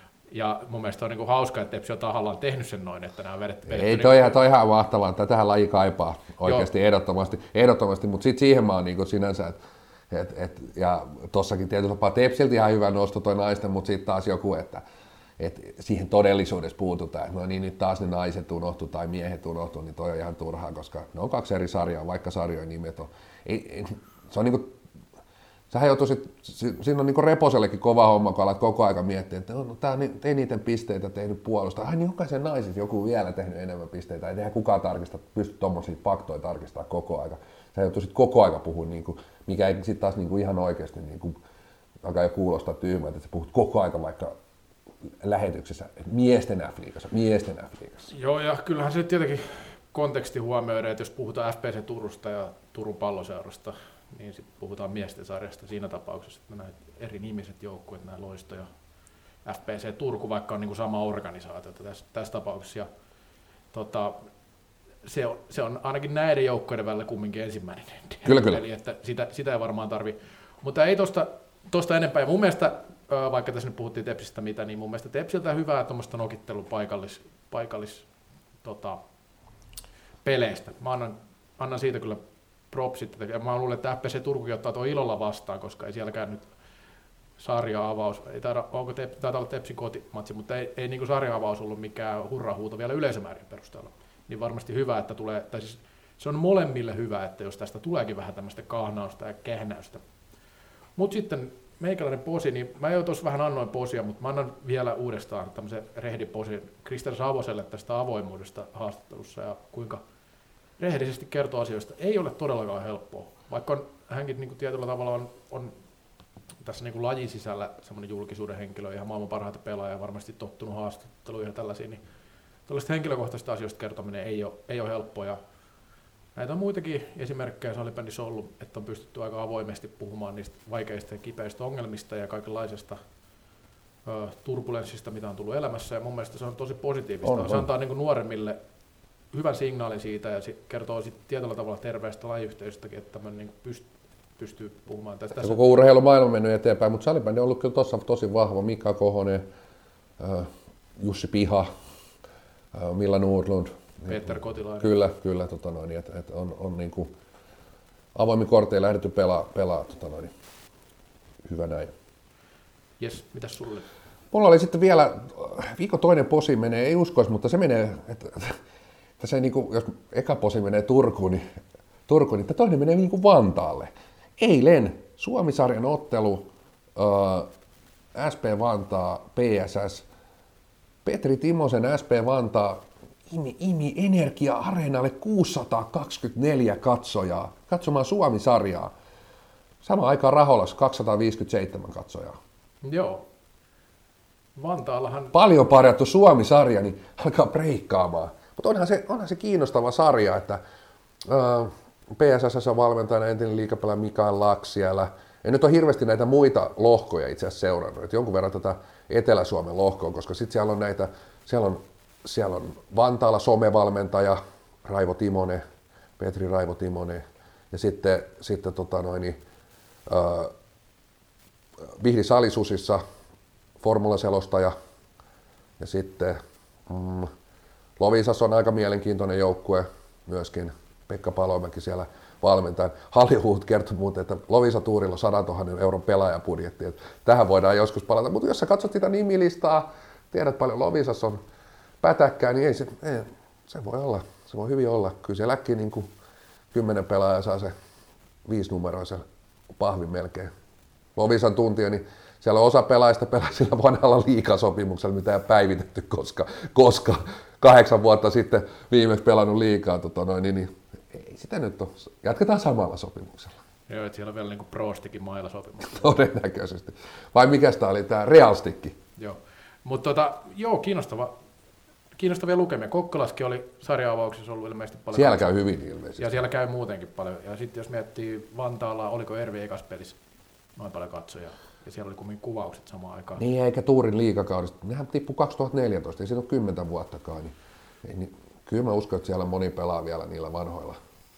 Ja mun mielestä on niin kuin hauska, että Tepsi on tahallaan tehnyt sen noin, että nämä on vedetty. Ei, toi, niin toi ihan mahtavaa, että tähän laji kaipaa oikeasti Joo. ehdottomasti, ehdottomasti. Mutta sitten siihen mä oon niin sinänsä, että et, et, ja tossakin tietysti tapaa Tepsiltä ihan hyvä nosto toi naisten, mutta sitten taas joku, että et siihen todellisuudessa puututaan, että no niin nyt taas ne naiset unohtuu tai miehet unohtuu, niin toi on ihan turhaa, koska ne on kaksi eri sarjaa, vaikka sarjojen nimet on. Ei, ei, se on niinku, sähän joutuu sit, siinä on niinku Reposellekin kova homma, kun alat koko aika miettiä, että no, tää ei niiden pisteitä tehnyt puolustaa. Ai niin jokaisen naisissa joku vielä tehnyt enemmän pisteitä, ei tehdä kukaan tarkista, pysty tommosia faktoja tarkistamaan koko aika. Sä joutuu sit koko aika puhua, niinku, mikä ei sit taas niinku ihan oikeasti niinku, alkaa jo kuulostaa tyhmältä, että sä puhut koko aika vaikka lähetyksessä, miesten F-liigassa, miesten F-liigassa. Joo, ja kyllähän se tietenkin konteksti huomioida, että jos puhutaan F P C Turusta ja Turun Palloseurasta, niin sitten puhutaan miesten sarjasta siinä tapauksessa, että nämä eri nimiset joukkueet, nämä Loisto ja F P C Turku, vaikka on niin kuin sama organisaatio tässä, tässä tapauksessa. Ja, tota, se, on, se on ainakin näiden joukkueiden välillä kumminkin ensimmäinen. Kyllä, kyllä. Eli että sitä, sitä ei varmaan tarvi. Mutta ei tuosta tosta enempää. Mun mielestä, vaikka tässä nyt puhuttiin Tepsistä mitä, niin mun mielestä Tepsiltä hyvää tuommoista nokittelua paikallis, paikallis tota, peleistä. Mä annan, annan siitä kyllä propsit. Ja mä luulen, että F P C Turkukin ottaa tuon ilolla vastaan, koska ei sielläkään nyt sarja-avaus, ei taida, onko te, taitaa olla Tepsin kotimatsi, mutta ei, ei niin sarja-avaus ollut mikään hurrahuuto vielä yleisömäärien perusteella. Niin varmasti hyvä, että tulee, tai siis se on molemmille hyvä, että jos tästä tuleekin vähän tämmöistä kahnausta ja kehnäystä. Mutta sitten meikäläinen posi, niin mä jo tuossa vähän annoin posia, mutta mä annan vielä uudestaan tämmöisen rehdiposin Kristel Savoselle tästä avoimuudesta haastattelussa ja kuinka rehellisesti kertoo asioista. Ei ole todellakaan helppoa, vaikka on, hänkin niin kuin tietyllä tavalla on, on tässä niin kuin lajin sisällä semmoinen julkisuuden henkilö, ihan maailman parhaita pelaajia, varmasti tottunut haastatteluihin ja tällaisiin, niin tällaista henkilökohtaisista asioista kertominen ei ole, ei ole helppoa. Ja näitä on muitakin esimerkkejä salibändissä ollut, että on pystytty aika avoimesti puhumaan niistä vaikeista ja kipeistä ongelmista ja kaikenlaisesta ö, turbulenssista, mitä on tullut elämässä, ja mun mielestä se on tosi positiivista. On, se on. antaa niin kuin nuoremmille hyvän signaalin siitä ja sit kertoo sit tietyllä tavalla terveestä lajiyhteisöstäkin, että tämmöinen niin pyst- pystyy puhumaan tästä. Ja koko urheilumaailma on mennyt eteenpäin, mutta salibändi on ollut kyllä tuossa tosi vahva. Mika Kohonen, äh, Jussi Piha, äh, Milla Nordlund. Peter Kotilainen. Kyllä, kyllä tota noin, että et on, on niin kuin avoimin korteilla lähdetty pelaa, pelaa tota noin, hyvä näin. Jes, mitäs sulle? Mulla oli sitten vielä, viikon toinen posi menee, ei uskoisi, mutta se menee, että, että se niin kuin, jos eka posi menee Turkuun, niin, Turkuun, niin toinen menee niin kuin Vantaalle. Eilen Suomi-sarjan ottelu Öö, S P Vantaa, P S S. Petri Timosen S P Vantaa imi, imi Energia-areenalle kuusisataakaksikymmentäneljä katsojaa katsomaan Suomi-sarjaa. Samaan aikaan Raholas kaksisataaviisikymmentäseitsemän katsojaa. Joo. Vantaallahan... Paljon parjattu Suomi-sarja, niin alkaa breikkaamaan. Mutta onhan se, onhan se kiinnostava sarja, että ää, P S S-valmentajana entinen liigapelaaja Mikael Laks siellä. Ja nyt on hirveästi näitä muita lohkoja itse asiassa seurannut. Et jonkun verran tätä Etelä-Suomen lohkoa, koska sitten siellä on näitä, siellä on, siellä on Vantaalla somevalmentaja Raivo Timonen, Petri Raivo Timonen, ja sitten, sitten tota noin, ää, Vihdi Salisusissa formulaselostaja, ja sitten mm, Loviisassa on aika mielenkiintoinen joukkue myöskin, Pekka Palomäki siellä valmentajan. Hollywood kertoi muuten, että Lovisa-tuurilla on sadantuhannen euron pelaajapudjetti. Että tähän voidaan joskus palata, mutta jos sä katsot sitä nimilistaa, tiedät paljon Lovisassa on pätäkkää, niin ei se, ei, se voi olla, se voi hyvin olla. Kyllä siellä äkkiä niin kuin kymmenen pelaajaa saa se viisinumeroisen pahvin melkein. Lovisan tuntia, niin siellä on osa pelaajista pelaa sillä vanhalla liigasopimuksella, mitä ei ole päivitetty, koska, koska kahdeksan vuotta sitten viimeksi pelannut liigaa, tota noin, niin, niin ei sitä nyt ole. Jatketaan samalla sopimuksella. Joo, että siellä on vielä niin kuin Prostikin mailla sopimuksella. Todennäköisesti. Vai mikä tämä oli, tämä Realstikki? Joo, mutta tota, joo, kiinnostava, kiinnostavia lukemia. Kokkolaskin oli sarja-avauksessa ollut ilmeisesti paljon. Siellä käy hyvin ilmeisesti. Ja siellä käy muutenkin paljon. Ja sitten jos miettii Vantaalla, oliko Ervi ekas pelissä noin paljon katsoja. Ja siellä oli kumminkin kuvaukset samaan aikaan. Niin, eikä Tuurin liigakaudesta. Nehän tippui kaksituhattaneljätoista, ei siinä ole kymmentä vuottakaan. Niin, ei, niin, kyllä mä uskon, että siellä moni pelaa vielä niillä vanhoilla,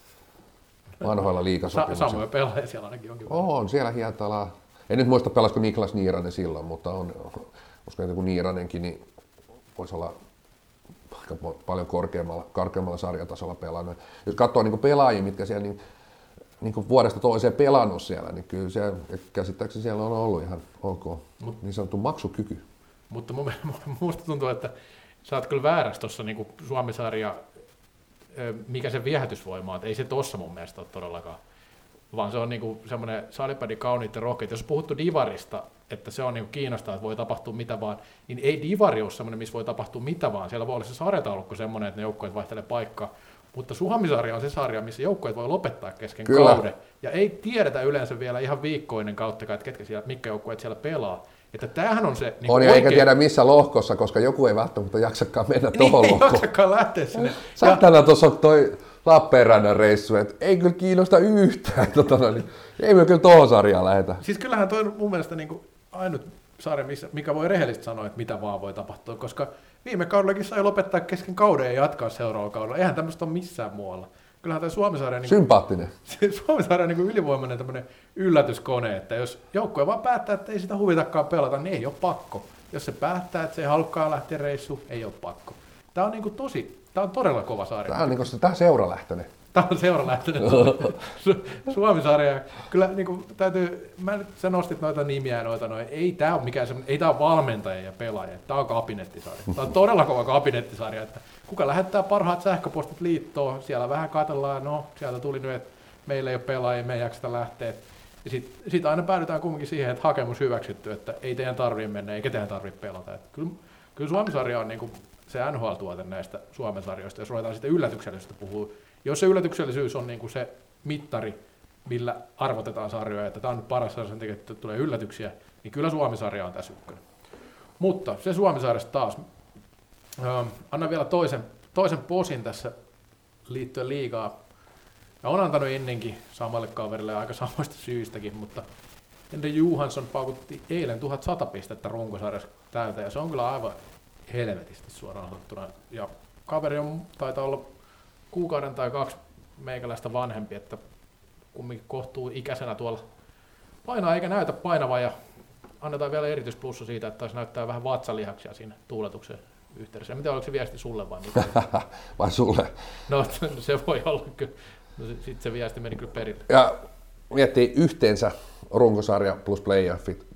vanhoilla liigasopimuksilla. Sa- samoja pelaajia siellä ainakin jonkin verran. On, siellä Hietalaa. En nyt muista, pelasko Niklas Niiranen silloin, mutta on, uskon, että kun Niiranenkin, niin voisi olla aika paljon korkeammalla, korkeammalla sarjatasolla pelannut. Jos katsoo niin pelaajia, mitkä siellä niin, niin kuin vuodesta toiseen pelannut siellä, niin kyllä se, käsittääkseni siellä on ollut ihan ok, Mut, niin sanottu maksukyky. Mutta mun, musta tuntuu, että sä oot kyllä väärässä tuossa niin Suomi-sarja, mikä se viehätysvoima on, ei se tossa mun mielestä ole todellakaan, vaan se on niin semmoinen salipädi kauniit ja rohkeat. Jos puhuttu divarista, että se on niin kiinnostavaa, että voi tapahtua mitä vaan, niin ei divari ole semmoinen, missä voi tapahtua mitä vaan. Siellä voi olla se sarjataulukko semmoinen, että ne joukkueet vaihtelee paikkaa. Mutta Suomi-sarja on se sarja, missä joukkueet voi lopettaa kesken Kyllä. kauden. Ja ei tiedetä yleensä vielä ihan viikkoinen kautta, että ketkä siellä, mitkä joukkueet siellä pelaa. Että tämähän on se niin on, oikein... eikä tiedä missä lohkossa, koska joku ei välttämättä jaksakaan mennä niin, tuohon lohkoon. Ei jaksakaan lähteä sinne. Satana tuossa on toi Lappeenrannan reissu, että ei kyllä kiinnosta yhtään. Tota, niin, ei me kyllä tuohon sarjaan lähetä. Siis kyllähän toi on mun mielestä niin kuin ainut sarja, mikä voi rehellisesti sanoa, että mitä vaan voi tapahtua, koska viime kaudellakin sai lopettaa kesken kauden ja jatkaa seuraavalla kaudella. Eihän tämmöistä ole missään muualla. Kyllähän tämä Suomi-sarja niin sympaattinen. Suomi-sarja on niin ylivoimainen tämmöinen yllätyskone, että jos joukkue vaan päättää, että ei sitä huvitakaan pelata, niin ei ole pakko. Jos se päättää, että se ei halukkaan lähteä reissuun, ei ole pakko. Tämä on niin kuin tosi, tämä on todella kova sarja. Tämä on niin kuin, tämä on seuralähtöinen. Tämä on seuralähtöinen Suomi-sarja. Kyllä niin kuin, täytyy, mä nyt, sä nostit noita nimiä, noita noin. Ei tämä ole mikään semmoinen, ei tämä ole valmentajia ja pelaajia. Tämä on kabinettisarja. Tämä on todella kova kabinettisarja, että kuka lähettää parhaat sähköpostit liittoon, siellä vähän katsellaan, no sieltä tuli nyt, että meillä ei ole pelaajia, me ei jakseta lähteä. Ja sitten sit aina päädytään kumminkin siihen, että hakemus hyväksytty, että ei teidän tarvitse mennä, eikä teidän tarvitse pelata. Että kyllä, kyllä Suomi-sarja on niin kuin se N H L-tuote näistä Suomen sarjoista, jos ruvetaan sitä yllätyksellisyydestä puhua. Jos se yllätyksellisyys on niin kuin se mittari, millä arvotetaan sarjoja, että tämä on nyt paras sarja sen takia, että tulee yllätyksiä, niin kyllä Suomi-sarja on tässä ykkönen. Mutta se Suomi-sarjasta taas. Öö, annan vielä toisen, toisen posin tässä liittyen liigaa. Ja on antanut ennenkin samalle kaverille aika samoista syystäkin, mutta Endre Johansson paukutti eilen tuhatsata pistettä runkosarjassa täältä, ja se on kyllä aivan helvetisti suoraan sanottuna. Ja kaveri on, taitaa olla kuukauden tai kaksi meikäläistä vanhempi, että kumminkin kohtuu ikäisenä tuolla painaa eikä näytä painavaa, ja annetaan vielä erityisplussa siitä, että taisi näyttää vähän vatsalihaksia siinä tuuletuksen yhteydessä. En tiedä, oliko se viesti sulle vai mitä? Vai sulle? No se voi olla kyllä. No, sitten se viesti meni kyllä perille. Ja miettii yhteensä runkosarja plus playoffit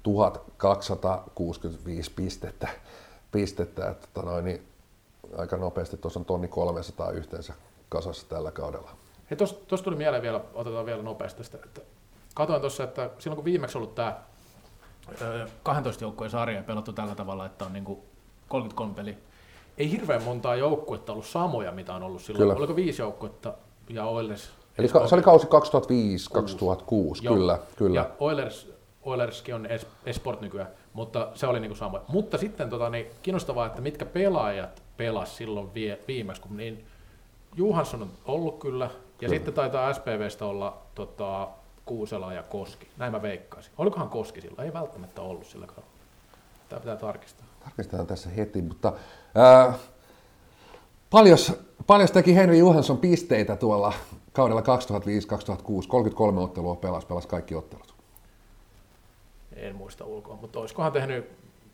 tuhatkaksisataakuusikymmentäviisi pistettä. pistettä että, tota noin, niin aika nopeasti tuossa on tonni kolmesataa yhteensä kasassa tällä kaudella. Hei, tuossa tuli mieleen vielä, otetaan vielä nopeasti tästä, että katoin tuossa, että silloin kun viimeksi ollut tämä kaksitoista joukkueen sarjaa pelattu tällä tavalla, että on niinku kolmekymmentäkolme peliä. Ei hirveän montaa joukkuetta ollut samoja, mitä on ollut silloin. Kyllä. Oliko viisi joukkuetta ja Oilers? Eli ka- se oli kausi kaksituhattaviisi kaksituhattakuusi, kyllä, kyllä. Ja Oilers, Oilerskin on es- Esport nykyään, mutta se oli niinku samoja. Mutta sitten tota, niin, kiinnostavaa, että mitkä pelaajat pelasivat silloin vie- viimeksi, kun niin Johansson on ollut kyllä, ja kyllä. Sitten taitaa S P V:stä olla tota, Kuusela ja Koski. Näin mä veikkaisin. Olikohan Koski silloin? Ei välttämättä ollut sillä kaudella. Tämä pitää tarkistaa. Tarkistetaan tässä heti, mutta ää, paljos, paljos teki Henri Johansson pisteitä tuolla kaudella kaksituhattaviisi kaksituhattakuusi. kolmekymmentäkolme ottelua pelasi, pelasi kaikki ottelut. En muista ulkoa, mutta olisikohan tehnyt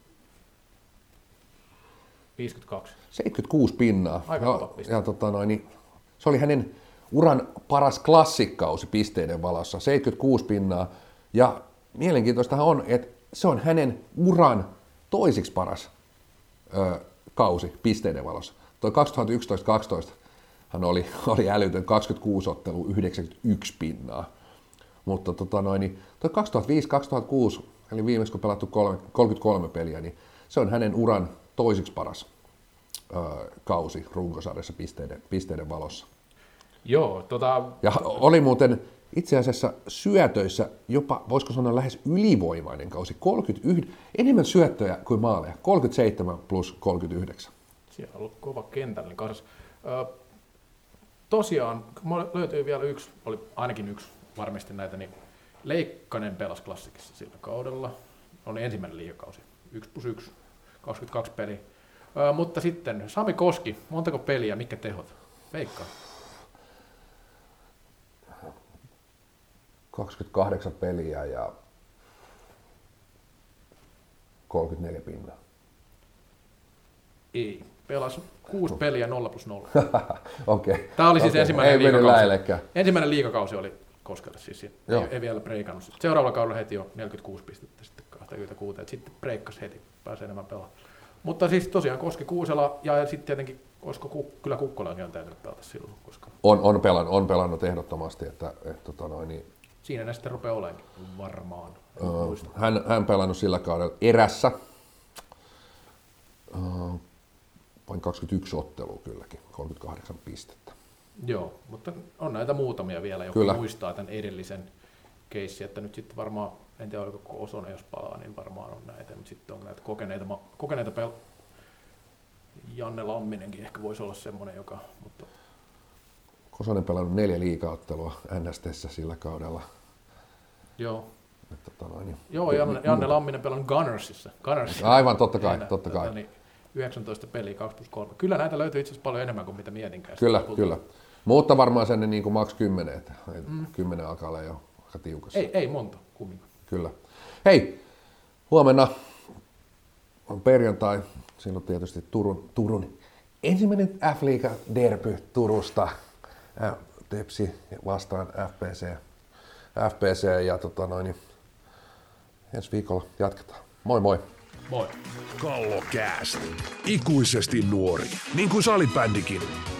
viisikymmentäkaksi. seitsemänkymmentäkuusi pinnaa. Aika ja, ja, tota noin, niin, se oli hänen uran paras klassikkausi pisteiden valossa, seitsemänkymmentäkuusi pinnaa. Ja mielenkiintoistahan on, että se on hänen uran toisiksi paras ö, kausi pisteiden valossa. Toi kaksituhattayksitoista kaksitoista hän oli, oli älytön kaksikymmentäkuusi ottelua, yhdeksänkymmentäyksi pinnaa. Mutta tota noin, niin toi kaksituhattaviisi kaksituhattakuusi, eli viimeksi kun pelattu kolmekymmentäkolme peliä, niin se on hänen uran toisiksi paras ö, kausi runkosarjassa pisteiden, pisteiden valossa. Joo, tota... Ja oli muuten itse asiassa syötöissä jopa, voisiko sanoa, lähes ylivoimainen kausi. kolmekymmentäyksi, enemmän syöttöjä kuin maaleja. kolmekymmentäseitsemän plus kolmekymmentäyhdeksän. Siellä on ollut kova kentällinen kanssa. Ö, tosiaan, mulla löytyy vielä yksi, oli ainakin yksi varmasti näitä, niin Leikkanen pelasi klassikissa sillä kaudella. Oli ensimmäinen liigakausi. yksi plus yksi, kaksikymmentäkaksi peliä. Ö, mutta sitten Sami Koski, montako peliä, mitkä tehot? Veikkaa. kaksikymmentäkahdeksan peliä ja kolmekymmentäneljä pinnaa. Ei. Pelasi kuusi peliä nolla plus nolla. Okei. Okay. Tämä oli siis okay. ensimmäinen ei liigakausi. Ensimmäinen liigakausi oli Koskelle siis. Ei, ei vielä breikannut. Seuraavalla kaudella heti jo neljäkymmentäkuusi pistettä, sitten kaksikymmentäkuusi. Sitten breikkasi heti, pääsee enemmän pelaamaan. Mutta siis tosiaan Koski, Kuusela ja sitten tietenkin, olisiko ku, kyllä Kukkolakin on täytynyt pelata silloin. Koska... On, on, pelannut, on pelannut ehdottomasti. Että, et, tota noin, niin... Siinä ne sitten rupeaa olemaan varmaan. Uh, hän, hän pelannut sillä kaudella erässä. Uh, vain kaksikymmentäyksi ottelua kylläkin, kolmekymmentäkahdeksan pistettä. Joo, mutta on näitä muutamia vielä, jotka kyllä muistaa tämän edellisen keissin, että nyt sitten varmaan, en tiedä oliko Osonen, jos palaa, niin varmaan on näitä, mutta sitten on näitä kokeneita, kokeneita pel... Janne Lamminenkin ehkä voisi olla semmoinen, joka... Mutta... Kosonen pelannut neljä liigaottelua N S T:ssä sillä kaudella. Joo. Että, tota noin, Joo, Janne, Janne Lamminen pelannut Gunnersissa. Gunnersissa. Aivan, totta kai, Enä, totta kai. Niin, yhdeksäntoista peliä, kaksi plus kolme. Kyllä näitä löytyy itse asiassa paljon enemmän kuin mitä mietinkään. Kyllä, kyllä. Mutta varmaan sen niin kuin maks kymmenen, että mm. kymmenen alkaa olla jo aika tiukassa. Ei, ei monta kumminkaan. Kyllä. Hei, huomenna on perjantai. Siinä on tietysti Turun, Turun ensimmäinen F-liiga derby Turusta. Tepsi vastaan F P C. F P C ja tota noin, ensi viikolla jatketaan. Moi moi! Moi! Kallokääst. Ikuisesti nuori. Niin kuin salibändikin.